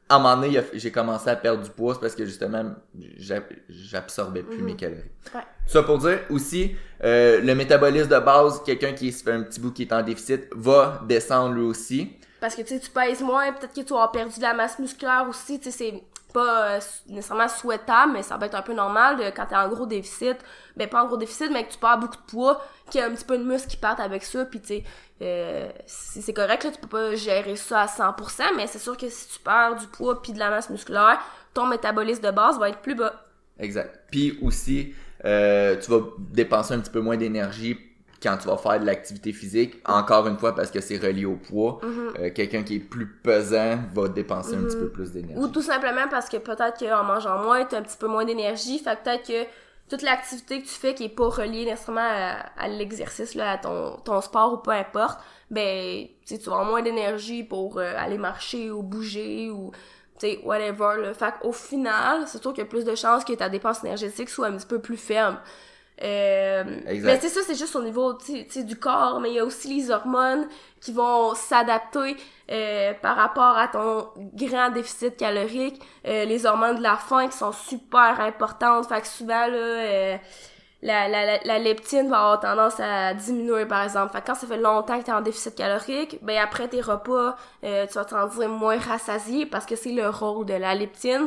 à un moment donné, j'ai commencé à perdre du poids parce que justement, j'absorbais plus mm-hmm. mes calories. Ouais. Ça pour dire aussi, euh, le métabolisme de base, quelqu'un qui se fait un petit bout qui est en déficit, va descendre lui aussi. Parce que tu sais, tu pèses moins, peut-être que tu as perdu de la masse musculaire aussi, tu sais, c'est pas euh, nécessairement souhaitable, mais ça va être un peu normal de, quand t'es en gros déficit, ben pas en gros déficit, mais que tu perds beaucoup de poids, qu'il y a un petit peu de muscle qui partent avec ça, pis tu sais, euh, c'est, c'est correct, là, tu peux pas gérer ça à cent pour cent, mais c'est sûr que si tu perds du poids pis de la masse musculaire, ton métabolisme de base va être plus bas. Exact. Puis aussi, euh, tu vas dépenser un petit peu moins d'énergie quand tu vas faire de l'activité physique, encore une fois parce que c'est relié au poids, mm-hmm. euh, quelqu'un qui est plus pesant va dépenser mm-hmm. un petit peu plus d'énergie. Ou tout simplement parce que peut-être qu'en mangeant moins, t'as un petit peu moins d'énergie, fait que peut-être que toute l'activité que tu fais qui est pas reliée nécessairement à, à l'exercice, là, à ton, ton sport ou peu importe, ben, tu sais, tu vas avoir moins d'énergie pour euh, aller marcher ou bouger ou, tu sais, whatever, là. Fait qu'au final, c'est sûr qu'il y a plus de chances que ta dépense énergétique soit un petit peu plus ferme. Euh, mais tu sais, ça c'est juste au niveau tu sais du corps, mais il y a aussi les hormones qui vont s'adapter euh, par rapport à ton grand déficit calorique, euh, les hormones de la faim qui sont super importantes, fait que souvent là euh, la, la, la, la leptine va avoir tendance à diminuer par exemple, fait que quand ça fait longtemps que t'es en déficit calorique, ben après tes repas euh, tu vas te sentir moins rassasié parce que c'est le rôle de la leptine.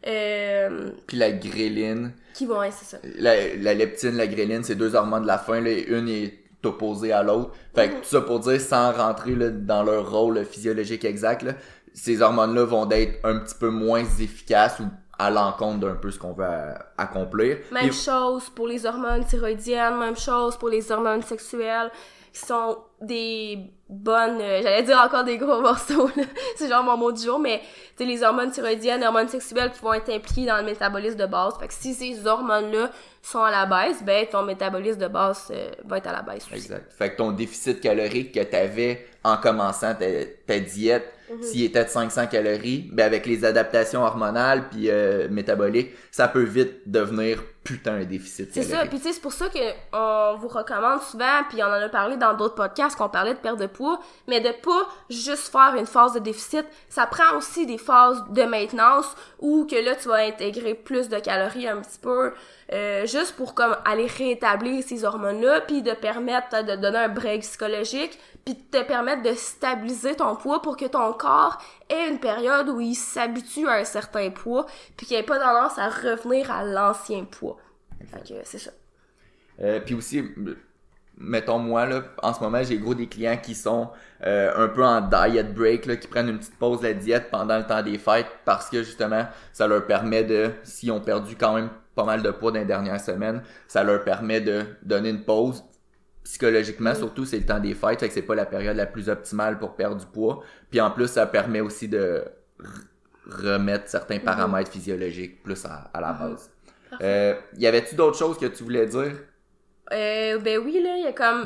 Euh, puis la gréline qui vont ouais, c'est ça. La, la leptine, la gréline, c'est deux hormones de la faim, là, une est opposée à l'autre. Fait que mm-hmm. tout ça pour dire, sans rentrer là, dans leur rôle physiologique exact, là, ces hormones-là vont être un petit peu moins efficaces ou à l'encontre d'un peu ce qu'on veut à, accomplir. Même Et... chose pour les hormones thyroïdiennes, même chose pour les hormones sexuelles, qui sont des bonnes, euh, j'allais dire encore des gros morceaux, là. C'est genre mon mot du jour, mais tu sais, les hormones thyroïdiennes, les hormones sexuelles qui vont être impliquées dans le métabolisme de base. Fait que si ces hormones-là sont à la baisse, ben ton métabolisme de base euh, va être à la baisse aussi. Exact. Fait que ton déficit calorique que t'avais en commençant ta, ta diète, mm-hmm. s'il était de cinq cents calories, ben avec les adaptations hormonales puis euh, métaboliques, ça peut vite devenir putain un déficit c'est calorique. Ça, puis tu sais, c'est pour ça que on vous recommande souvent, puis on en a parlé dans d'autres podcasts qu'on parlait de perte de poids, mais de pas juste faire une phase de déficit, ça prend aussi des phases de maintenance où que là tu vas intégrer plus de calories un petit peu, euh, juste pour comme aller rétablir ces hormones-là, puis de permettre de donner un break psychologique, puis de te permettre de stabiliser ton poids pour que ton corps ait une période où il s'habitue à un certain poids, puis qu'il ait pas tendance à revenir à l'ancien poids. Fait que c'est ça. Euh, puis aussi, mettons moi là, en ce moment j'ai gros des clients qui sont euh, un peu en diet break là, qui prennent une petite pause de la diète pendant le temps des fêtes parce que justement ça leur permet de, s'ils ont perdu quand même pas mal de poids dans les dernières semaines, ça leur permet de donner une pause psychologiquement, surtout c'est le temps des fêtes, fait que c'est pas la période la plus optimale pour perdre du poids, puis en plus ça permet aussi de r- remettre certains paramètres mm-hmm. physiologiques plus à, à la base. Mm-hmm. Euh, y avait-tu d'autres choses que tu voulais dire? Euh, ben oui, là, il y a comme...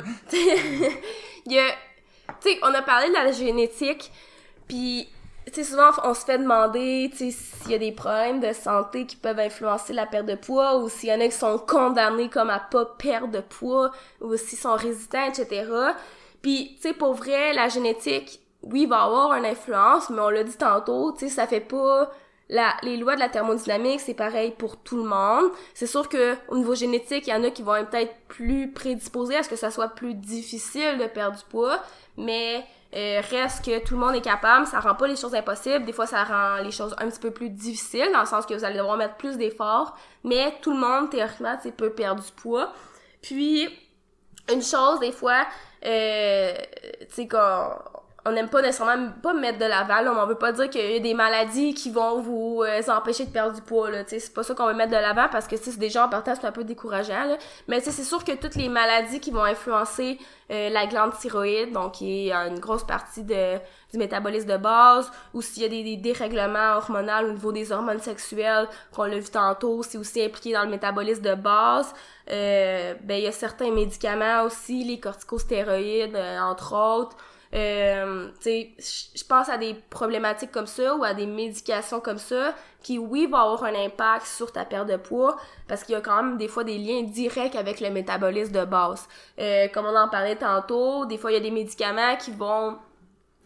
Il y a... Tu sais, on a parlé de la génétique, puis, tu sais, souvent, on se fait demander, tu sais, s'il y a des problèmes de santé qui peuvent influencer la perte de poids, ou s'il y en a qui sont condamnés comme à pas perdre de poids, ou s'ils sont résistants, et cetera. Puis, tu sais, pour vrai, la génétique, oui, il va avoir une influence, mais on l'a dit tantôt, tu sais, ça fait pas... La, les lois de la thermodynamique, c'est pareil pour tout le monde. C'est sûr que au niveau génétique, il y en a qui vont être peut-être plus prédisposés à ce que ça soit plus difficile de perdre du poids, mais euh, reste que tout le monde est capable, ça rend pas les choses impossibles. Des fois, ça rend les choses un petit peu plus difficiles, dans le sens que vous allez devoir mettre plus d'efforts, mais tout le monde, théoriquement, tu sais, peut perdre du poids. Puis, une chose, des fois, euh, tu sais, qu'on... on n'aime pas nécessairement pas mettre de l'avant, là, on veut pas dire qu'il y a des maladies qui vont vous euh, empêcher de perdre du poids, là, tu sais, c'est pas ça qu'on veut mettre de l'avant parce que, tu sais, c'est déjà en partant, c'est un peu décourageant, là, mais tu sais, c'est sûr que toutes les maladies qui vont influencer euh, la glande thyroïde, donc qui est une grosse partie de du métabolisme de base, ou s'il y a des, des dérèglements hormonaux au niveau des hormones sexuelles, qu'on l'a vu tantôt, c'est aussi impliqué dans le métabolisme de base, euh, ben, il y a certains médicaments aussi, les corticostéroïdes, euh, entre autres. Euh, tu sais, je pense à des problématiques comme ça ou à des médications comme ça qui, oui, vont avoir un impact sur ta perte de poids parce qu'il y a quand même des fois des liens directs avec le métabolisme de base. Euh, comme on en parlait tantôt, des fois, il y a des médicaments qui vont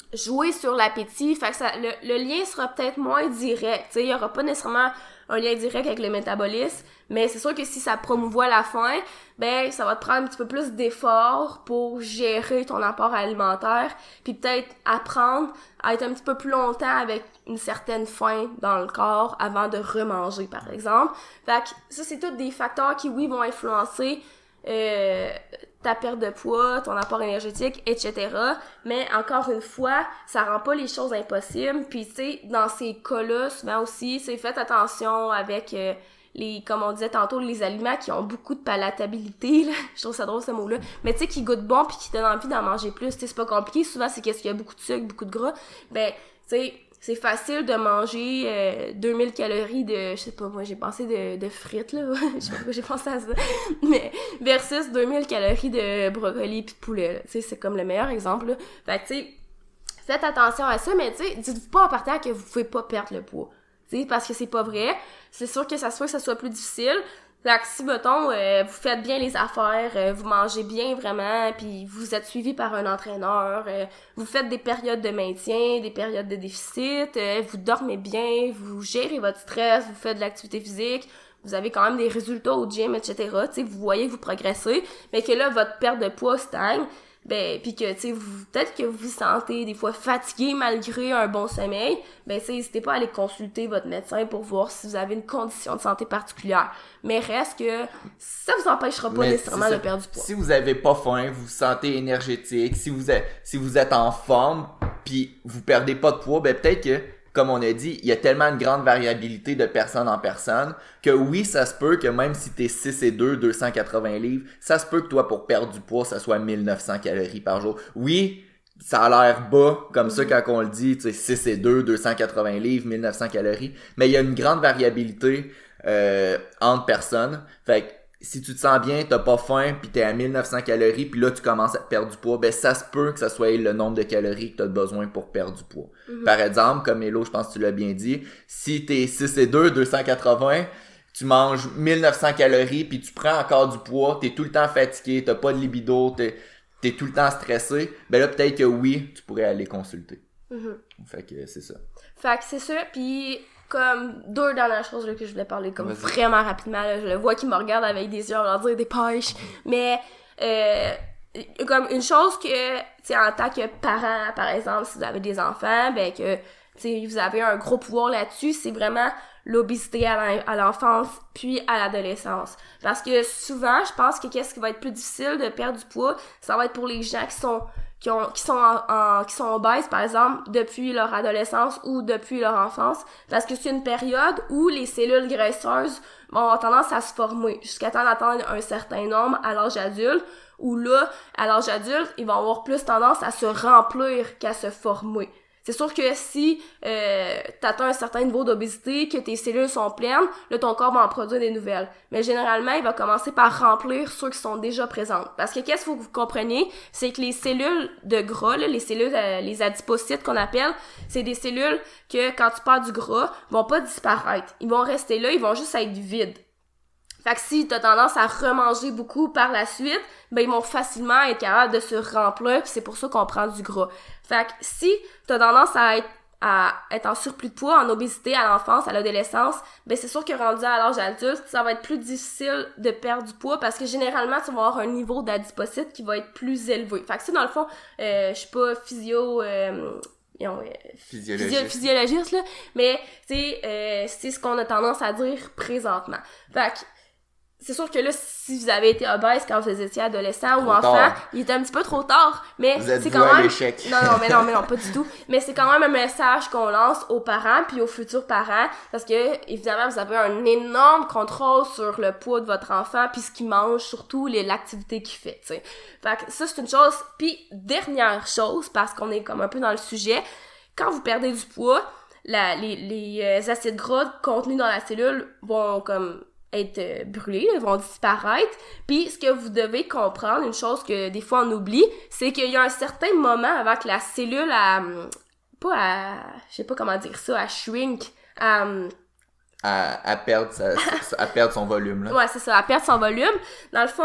jouer sur l'appétit, fait que ça, le, le lien sera peut-être moins direct, tu sais, il y aura pas nécessairement un lien direct avec le métabolisme, mais c'est sûr que si ça promouvoit la faim, ben ça va te prendre un petit peu plus d'efforts pour gérer ton apport alimentaire, puis peut-être apprendre à être un petit peu plus longtemps avec une certaine faim dans le corps avant de remanger, par exemple. Fait que ça, c'est tous des facteurs qui, oui, vont influencer euh, ta perte de poids, ton apport énergétique, et cetera. Mais encore une fois, ça rend pas les choses impossibles. Puis tu sais, dans ces cas-là, souvent aussi, c'est faites attention avec euh, les, comme on disait tantôt, les aliments qui ont beaucoup de palatabilité, là. Je trouve ça drôle ce mot-là. Mais tu sais, qui goûtent bon puis qui donnent envie d'en manger plus. Tu sais, c'est pas compliqué. Souvent, c'est qu'est-ce qu'il y a beaucoup de sucre, beaucoup de gras. Ben, tu sais, c'est facile de manger euh, deux mille calories de, je sais pas, moi j'ai pensé de, de frites, là, je sais pas pourquoi j'ai pensé à ça, mais versus deux mille calories de brocoli pis de poulet, là. Tu sais, c'est comme le meilleur exemple, là. Fait que, tu sais, faites attention à ça, mais tu sais, dites-vous pas en partant que vous pouvez pas perdre le poids, tu sais, parce que c'est pas vrai. C'est sûr que ça se fait que ça soit plus difficile. Fait que si, mettons, euh, vous faites bien les affaires, euh, vous mangez bien vraiment, puis vous êtes suivi par un entraîneur, euh, vous faites des périodes de maintien, des périodes de déficit, euh, vous dormez bien, vous gérez votre stress, vous faites de l'activité physique, vous avez quand même des résultats au gym, et cetera. Tu sais, vous voyez que vous progressez, mais que là, votre perte de poids stagne, ben, pis que, tu sais, vous, peut-être que vous vous sentez des fois fatigué malgré un bon sommeil, ben, tu sais, n'hésitez pas à aller consulter votre médecin pour voir si vous avez une condition de santé particulière. Mais reste que ça vous empêchera pas Mais nécessairement de perdre du poids. Si vous avez pas faim, vous vous sentez énergétique, si vous êtes, si vous êtes en forme, puis vous perdez pas de poids, ben, peut-être que, comme on a dit, il y a tellement une grande variabilité de personne en personne que oui, ça se peut que même si t'es six et deux, deux cent quatre-vingts livres, ça se peut que toi, pour perdre du poids, ça soit mille neuf cents calories par jour. Oui, ça a l'air bas, comme ça, quand on le dit, tu sais, six et deux, deux cent quatre-vingts livres, mille neuf cents calories, mais il y a une grande variabilité euh, entre personnes. Fait que si tu te sens bien, t'as pas faim, pis t'es à mille neuf cents calories, puis là tu commences à perdre du poids, ben ça se peut que ça soit le nombre de calories que t'as besoin pour perdre du poids. Mm-hmm. Par exemple, comme Mélo, je pense que tu l'as bien dit, si t'es six et deux, deux cent quatre-vingts, tu manges mille neuf cents calories, puis tu prends encore du poids, t'es tout le temps fatigué, t'as pas de libido, t'es, t'es tout le temps stressé, ben là peut-être que oui, tu pourrais aller consulter. Mm-hmm. Fait que c'est ça. Fait que c'est ça, puis comme deux dernières choses là, que je voulais parler comme Vas-y. Vraiment rapidement, là, je le vois qui me regarde avec des yeux, on va leur dire des pêches, mais euh, comme une chose que, tu sais, en tant que parent, par exemple, si vous avez des enfants, ben que, tu sais, vous avez un gros pouvoir là-dessus, c'est vraiment l'obésité à l'enfance puis à l'adolescence. Parce que souvent, je pense que qu'est-ce qui va être plus difficile de perdre du poids, ça va être pour les gens qui sont qui ont qui sont en, en qui sont obèses par exemple depuis leur adolescence ou depuis leur enfance, parce que c'est une période où les cellules graisseuses vont avoir tendance à se former jusqu'à temps d'atteindre un certain nombre à l'âge adulte, où là à l'âge adulte ils vont avoir plus tendance à se remplir qu'à se former. C'est sûr que si euh, t'atteins un certain niveau d'obésité, que tes cellules sont pleines, là, ton corps va en produire des nouvelles. Mais généralement, il va commencer par remplir ceux qui sont déjà présentes. Parce que qu'est-ce qu'il faut que vous compreniez, c'est que les cellules de gras, là, les cellules, euh, les adipocytes qu'on appelle, c'est des cellules que, quand tu perds du gras, vont pas disparaître. Ils vont rester là, ils vont juste être vides. Fait que si t'as tendance à remanger beaucoup par la suite, ben ils vont facilement être capables de se remplir, pis c'est pour ça qu'on prend du gras. Fait que si t'as tendance à être à être en surplus de poids, en obésité à l'enfance, à l'adolescence, ben c'est sûr que rendu à l'âge adulte, ça va être plus difficile de perdre du poids parce que généralement, tu vas avoir un niveau d'adipocyte qui va être plus élevé. Fait que ça, dans le fond, euh, je suis pas physio... Euh, Ont, euh, physiologiste. Physio- physiologiste là, mais tu sais euh, c'est ce qu'on a tendance à dire présentement. Fait que c'est sûr que là, si vous avez été obèse quand vous étiez adolescent ou enfant, tard. Il était un petit peu trop tard, mais vous êtes c'est quand même... à l'échec. Non, non, mais non, mais non, pas du tout. Mais c'est quand même un message qu'on lance aux parents puis aux futurs parents, parce que, évidemment, vous avez un énorme contrôle sur le poids de votre enfant puis ce qu'il mange, surtout les, l'activité qu'il fait, tu sais. Fait que ça, c'est une chose. Puis, dernière chose, parce qu'on est comme un peu dans le sujet, quand vous perdez du poids, la, les, les euh, acides gras contenus dans la cellule vont comme... être euh, brûlés, ils vont disparaître. Puis ce que vous devez comprendre, une chose que des fois on oublie, c'est qu'il y a un certain moment avant que la cellule a pas à je sais pas comment dire ça, à shrink, à à, à perdre sa, à perdre son volume là. Ouais, c'est ça, à perdre son volume. Dans le fond,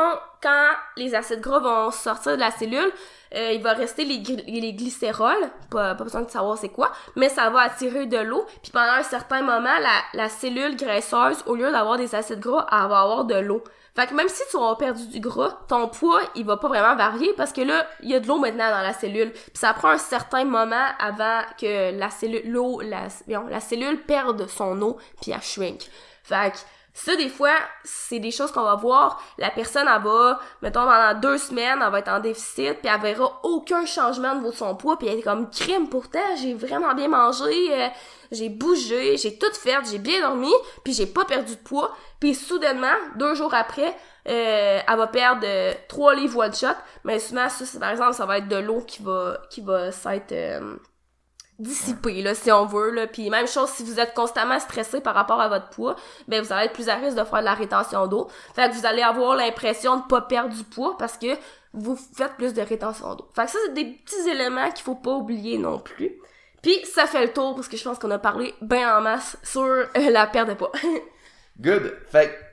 quand les acides gras vont sortir de la cellule, euh, il va rester les, les glycérols, pas, pas besoin de savoir c'est quoi, mais ça va attirer de l'eau, puis pendant un certain moment, la, la cellule graisseuse, au lieu d'avoir des acides gras, elle va avoir de l'eau. Fait que même si tu as perdu du gras, ton poids, il va pas vraiment varier parce que là, il y a de l'eau maintenant dans la cellule. Puis ça prend un certain moment avant que la cellule, l'eau, la, non, la cellule perde son eau puis elle shrink. Fait que ça, des fois, c'est des choses qu'on va voir. La personne, elle va, mettons, pendant deux semaines, elle va être en déficit, puis elle verra aucun changement au niveau de son poids, puis elle est comme, crime, pourtant, j'ai vraiment bien mangé, euh, j'ai bougé, j'ai tout fait, j'ai bien dormi, puis j'ai pas perdu de poids. Puis soudainement, deux jours après, euh, elle va perdre euh, trois livres one shot. Mais souvent, ça, c'est, par exemple, ça va être de l'eau qui va, qui va s'être euh, dissipée, là, si on veut, là. Puis même chose, si vous êtes constamment stressé par rapport à votre poids, ben vous allez être plus à risque de faire de la rétention d'eau. Fait que vous allez avoir l'impression de pas perdre du poids parce que vous faites plus de rétention d'eau. Fait que ça, c'est des petits éléments qu'il faut pas oublier non plus. Puis ça fait le tour parce que je pense qu'on a parlé bien en masse sur euh, la perte de poids. Good. Fait que,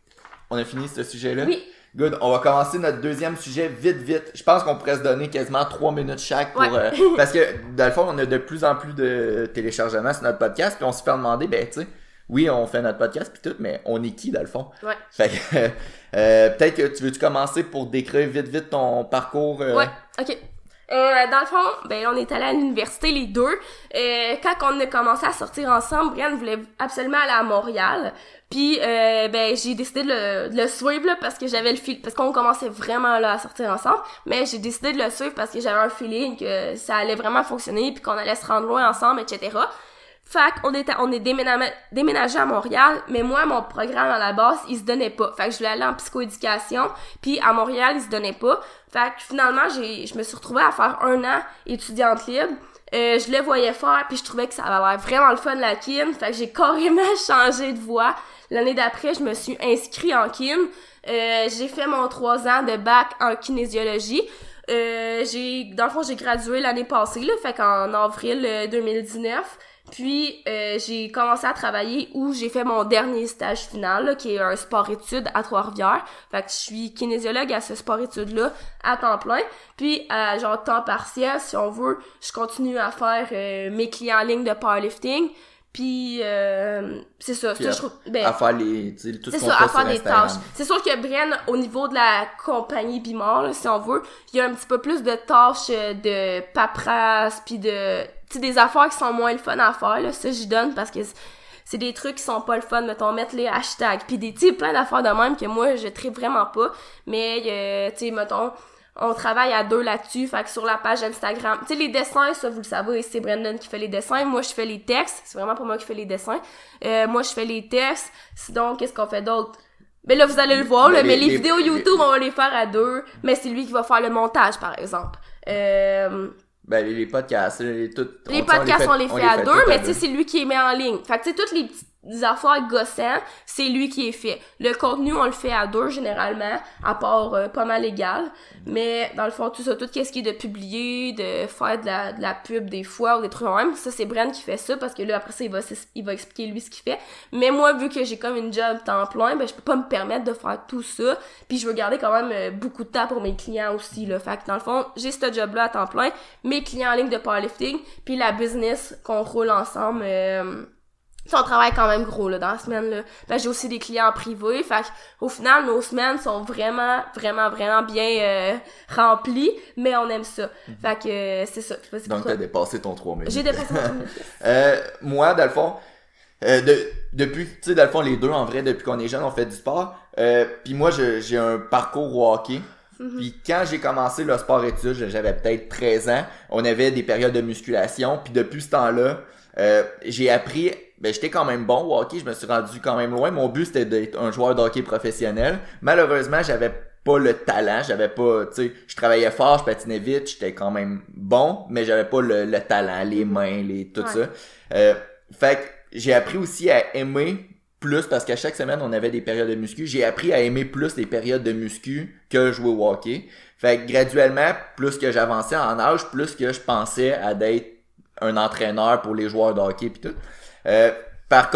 on a fini ce sujet-là? Oui. Good. On va commencer notre deuxième sujet vite, vite. Je pense qu'on pourrait se donner quasiment trois minutes chaque pour, ouais. euh, parce que, dans le fond, on a de plus en plus de téléchargements sur notre podcast, puis on se fait demander, ben, tu sais, oui, on fait notre podcast puis tout, mais on est qui, dans le fond? Ouais. Fait que, euh, peut-être que tu veux-tu commencer pour décrire vite, vite ton parcours? Euh... Ouais. OK. Euh, dans le fond, ben on est allés à l'université les deux. Euh, quand on a commencé à sortir ensemble, Brian voulait absolument aller à Montréal. Puis euh, ben j'ai décidé de le, de le suivre là, parce que j'avais le fil parce qu'on commençait vraiment là à sortir ensemble, mais j'ai décidé de le suivre parce que j'avais un feeling que ça allait vraiment fonctionner puis qu'on allait se rendre loin ensemble, et cetera. Fait qu'on était, on est déménagé, déménagé à Montréal, mais moi, mon programme à la base, il se donnait pas. Fait que je voulais aller en psychoéducation, puis à Montréal, il se donnait pas. Fait que finalement, j'ai, je me suis retrouvée à faire un an étudiante libre. Euh, je le voyais faire, puis je trouvais que ça avait l'air vraiment le fun, la kin. Fait que j'ai carrément changé de voie. L'année d'après, je me suis inscrite en kin. Euh, j'ai fait mon trois ans de bac en kinésiologie. Euh, j'ai, dans le fond, j'ai gradué l'année passée, là, fait qu'en avril deux mille dix-neuf. Puis, euh, j'ai commencé à travailler où j'ai fait mon dernier stage final, là, qui est un sport-études à Trois-Rivières. Fait que je suis kinésiologue à ce sport-études-là à temps plein. Puis, à genre temps partiel, si on veut, je continue à faire euh, mes clients en ligne de powerlifting. Puis, euh, c'est ça. Puis ça à, je trouve, ben, à faire les, tu sais, tout ce c'est qu'on ça, fait à faire sur des Instagram. tâches. C'est sûr que Brian, au niveau de la compagnie Bimor, là, si on veut, il y a un petit peu plus de tâches euh, de paperasse, puis de, tu sais, des affaires qui sont moins le fun à faire, là. Ça, j'y donne parce que c'est des trucs qui sont pas le fun, mettons, mettre les hashtags, puis des, tu sais, plein d'affaires de même que moi, je tripe vraiment pas. Mais, euh, tu sais, mettons, on travaille à deux là-dessus, fait que sur la page Instagram, tu sais, les dessins, ça, vous le savez, c'est Brandon qui fait les dessins, moi, je fais les textes, c'est vraiment pas moi qui fais les dessins, euh, moi, je fais les textes, sinon, qu'est-ce qu'on fait d'autre? Ben là, vous allez le voir, là, les, mais les, les vidéos les, YouTube, on va les faire à deux, mais c'est lui qui va faire le montage, par exemple. Euh... Ben, les, les podcasts, les, tout, les on, podcasts, on les fait, on les fait à, fait deux, mais à tu sais, c'est lui qui les met en ligne. Fait que, tu sais, toutes les petites affaires gossants, c'est lui qui les fait. Le contenu, on le fait à deux, généralement, à part euh, pas mal égal. Mais, dans le fond, tout ça, tout ce qui est de publier, de faire de la, de la pub des fois, ou des trucs même, ça, c'est Brand qui fait ça, parce que là, après ça, il va, il va expliquer lui ce qu'il fait. Mais moi, vu que j'ai comme une job temps plein, ben, je peux pas me permettre de faire tout ça. Puis je veux garder quand même euh, beaucoup de temps pour mes clients aussi, là. Fait que, dans le fond, j'ai ce job-là à temps plein, mes clients en ligne de powerlifting, puis la business qu'on roule ensemble, euh, on travaille quand même gros là dans la semaine là. Ben, j'ai aussi des clients privés, fait au final nos semaines sont vraiment vraiment vraiment bien euh, remplies, mais on aime ça. Mm-hmm. Fait que euh, c'est ça. C'est Donc t'as dépassé ton trois minutes. J'ai dépassé mon trois minutes. euh, moi dans le fond, euh, de, depuis tu sais dans le fond les deux en vrai depuis qu'on est jeune on fait du sport. Euh, puis moi je, j'ai un parcours au hockey. Mm-hmm. Puis quand j'ai commencé le sport études, j'avais peut-être treize ans, on avait des périodes de musculation, puis depuis ce temps-là, euh, j'ai appris. Ben, j'étais quand même bon au hockey, je me suis rendu quand même loin. Mon but, c'était d'être un joueur de hockey professionnel. Malheureusement, j'avais pas le talent, j'avais pas, tu sais, je travaillais fort, je patinais vite, j'étais quand même bon, mais j'avais pas le, le talent, les mains, les tout ouais. ça. Euh, fait que j'ai appris aussi à aimer plus, parce qu'à chaque semaine, on avait des périodes de muscu. J'ai appris à aimer plus les périodes de muscu que jouer au hockey. Fait que graduellement, plus que j'avançais en âge, plus que je pensais à d'être un entraîneur pour les joueurs de hockey pis tout. Euh, par contre,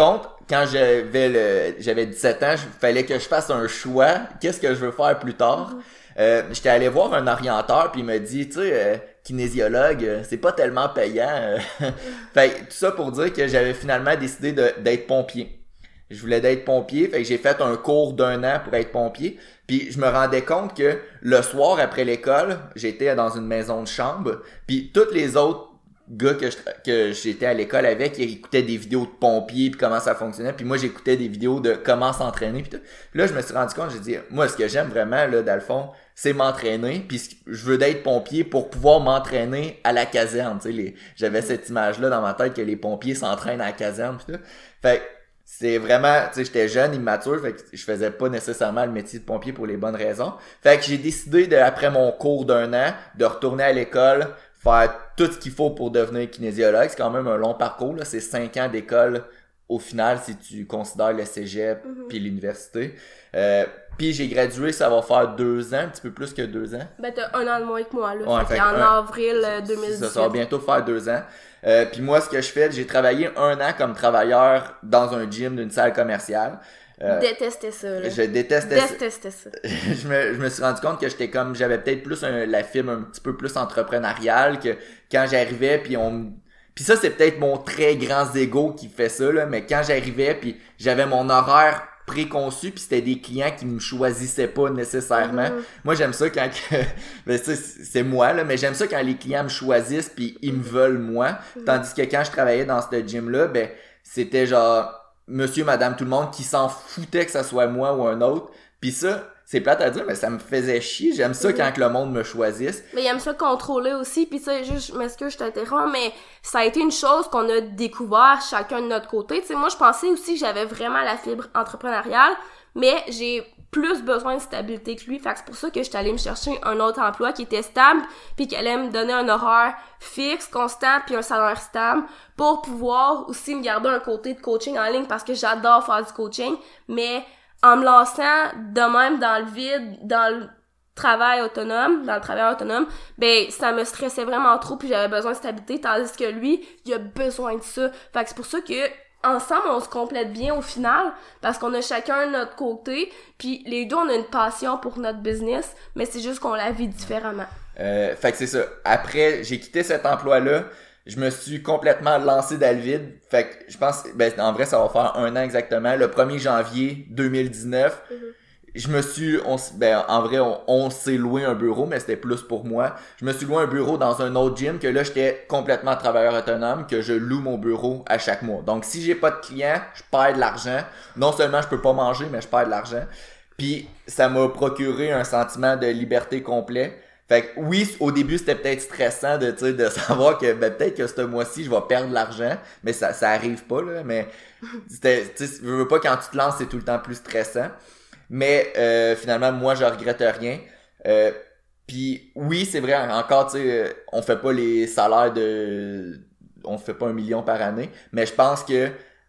quand j'avais le, j'avais dix-sept ans, il fallait que je fasse un choix. Qu'est-ce que je veux faire plus tard? Mm-hmm. Euh, j'étais allé voir un orienteur puis il m'a dit, tu sais, euh, kinésiologue, euh, c'est pas tellement payant. Euh. Fait tout ça pour dire que j'avais finalement décidé de, d'être pompier. Je voulais d'être pompier, fait que j'ai fait un cours d'un an pour être pompier. Puis je me rendais compte que le soir après l'école, j'étais dans une maison de chambre, puis tous les autres gars que je, que j'étais à l'école avec, ils écoutaient des vidéos de pompiers puis comment ça fonctionnait, puis moi j'écoutais des vidéos de comment s'entraîner puis tout. Puis là je me suis rendu compte, j'ai dit moi ce que j'aime vraiment là dans le fond, c'est m'entraîner, puis je veux d'être pompier pour pouvoir m'entraîner à la caserne, tu sais les j'avais cette image là dans ma tête que les pompiers s'entraînent à la caserne puis tout. Fait c'est vraiment, tu sais, j'étais jeune, immature, fait que je faisais pas nécessairement le métier de pompier pour les bonnes raisons. Fait que j'ai décidé de, après mon cours d'un an, de retourner à l'école, faire tout ce qu'il faut pour devenir kinésiologue. C'est quand même un long parcours, là. C'est cinq ans d'école au final, si tu considères le cégep mm-hmm. puis l'université. Euh, puis j'ai gradué, ça va faire deux ans, un petit peu plus que deux ans. Ben t'as un an de moins que moi, là. Ouais, fait fait en un, avril deux mille dix-huit. Ça, ça va bientôt faire deux ans. Euh, puis moi, ce que je fais, j'ai travaillé un an comme travailleur dans un gym d'une salle commerciale. Euh, détestais ça, là. Je détestais, détestais ça. ça. je, me, je me suis rendu compte que j'étais comme, j'avais peut-être plus un, la fibre un petit peu plus entrepreneuriale, que quand j'arrivais, puis on... Puis ça, c'est peut-être mon très grand ego qui fait ça, là, mais quand j'arrivais, puis j'avais mon horaire préconçu, puis c'était des clients qui me choisissaient pas nécessairement. Mm-hmm. Moi, j'aime ça quand que ben, c'est, c'est moi là, mais j'aime ça quand les clients me choisissent puis ils me veulent moi. Mm-hmm. Tandis que quand je travaillais dans ce gym là, ben c'était genre monsieur, madame, tout le monde qui s'en foutait que ça soit moi ou un autre. Puis ça, c'est plate à dire, mais ça me faisait chier. J'aime ça mm-hmm. quand que le monde me choisisse. Mais il aime ça contrôler aussi. Puis tu sais, juste, je m'excuse, je t'interromps, mais ça a été une chose qu'on a découvert chacun de notre côté. Tu sais, moi, je pensais aussi que j'avais vraiment la fibre entrepreneuriale, mais j'ai plus besoin de stabilité que lui. Fait que c'est pour ça que j'étais allée me chercher un autre emploi qui était stable, puis qui allait me donner un horaire fixe, constant, puis un salaire stable, pour pouvoir aussi me garder un côté de coaching en ligne, parce que j'adore faire du coaching, mais en me lançant de même dans le vide, dans le travail autonome, dans le travail autonome, ben ça me stressait vraiment trop, puis j'avais besoin de stabilité, tandis que lui, il a besoin de ça. Fait que c'est pour ça que ensemble, on se complète bien au final, parce qu'on a chacun notre côté, puis les deux, on a une passion pour notre business, mais c'est juste qu'on la vit différemment. Euh, fait que c'est ça. Après, j'ai quitté cet emploi-là, je me suis complètement lancé dans le vide. Fait que je pense, ben en vrai, ça va faire un an exactement. Le premier janvier deux mille dix-neuf, mm-hmm. je me suis, on, ben en vrai, on, on s'est loué un bureau, mais c'était plus pour moi. Je me suis loué un bureau dans un autre gym, que là, j'étais complètement travailleur autonome, que je loue mon bureau à chaque mois. Donc, si j'ai pas de clients, je perds de l'argent. Non seulement je peux pas manger, mais je perds de l'argent. Puis, ça m'a procuré un sentiment de liberté complet. Fait que oui, au début, c'était peut-être stressant de, tu sais, de savoir que ben, peut-être que ce mois-ci, je vais perdre de l'argent, mais ça ça arrive pas, là. Mais c'était, tu sais, je veux pas, quand tu te lances, c'est tout le temps plus stressant. Mais euh, finalement, moi, je regrette rien. Euh, Puis oui, c'est vrai, encore, tu sais, on fait pas les salaires de... On fait pas un million par année, mais je pense que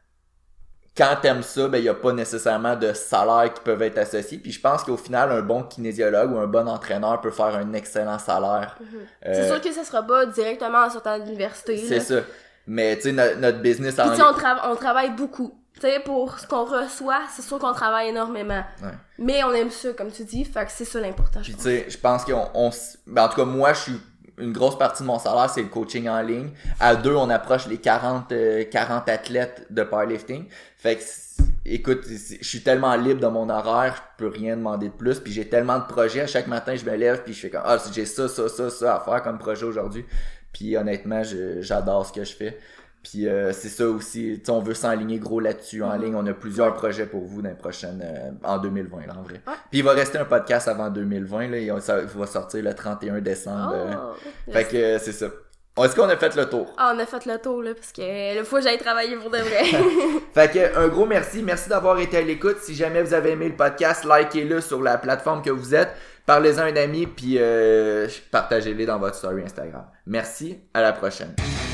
quand t'aimes ça, ben il y a pas nécessairement de salaire qui peuvent être associés. Puis je pense qu'au final, un bon kinésiologue ou un bon entraîneur peut faire un excellent salaire. Mm-hmm. Euh, c'est sûr que ça sera pas directement en sortant de l'université. C'est là. ça. Mais tu sais, no- notre business... Puis tu sais, on, tra- on travaille beaucoup. Tu sais, pour ce qu'on reçoit, c'est sûr qu'on travaille énormément. Ouais. Mais on aime ça, comme tu dis, fait que c'est ça l'important. Puis tu sais, je pense qu'on... On, ben, en tout cas, moi, je suis... Une grosse partie de mon salaire, c'est le coaching en ligne. À deux, on approche les quarante, euh, quarante athlètes de powerlifting. Fait que, écoute, je suis tellement libre de mon horaire, je peux rien demander de plus. Puis j'ai tellement de projets. À chaque matin, je me lève puis je fais comme, ah, j'ai ça, ça, ça, ça à faire comme projet aujourd'hui. Puis honnêtement, je, j'adore ce que je fais. Puis euh, c'est ça aussi, tu sais, on veut s'enligner gros là-dessus en mm-hmm. ligne. On a plusieurs projets pour vous dans les prochaines, euh, en deux mille vingt, là, en vrai. Ouais. Puis il va rester un podcast avant deux mille vingt, là, et ça va sortir le trente et un décembre. Oh, euh, fait que euh, c'est ça. Est-ce qu'on a fait le tour? Ah, on a fait le tour, là, parce que le fois j'allais travailler pour de vrai. Fait que un gros merci. Merci d'avoir été à l'écoute. Si jamais vous avez aimé le podcast, likez-le sur la plateforme que vous êtes. Parlez-en à un ami, puis euh, partagez-le dans votre story Instagram. Merci, à la prochaine.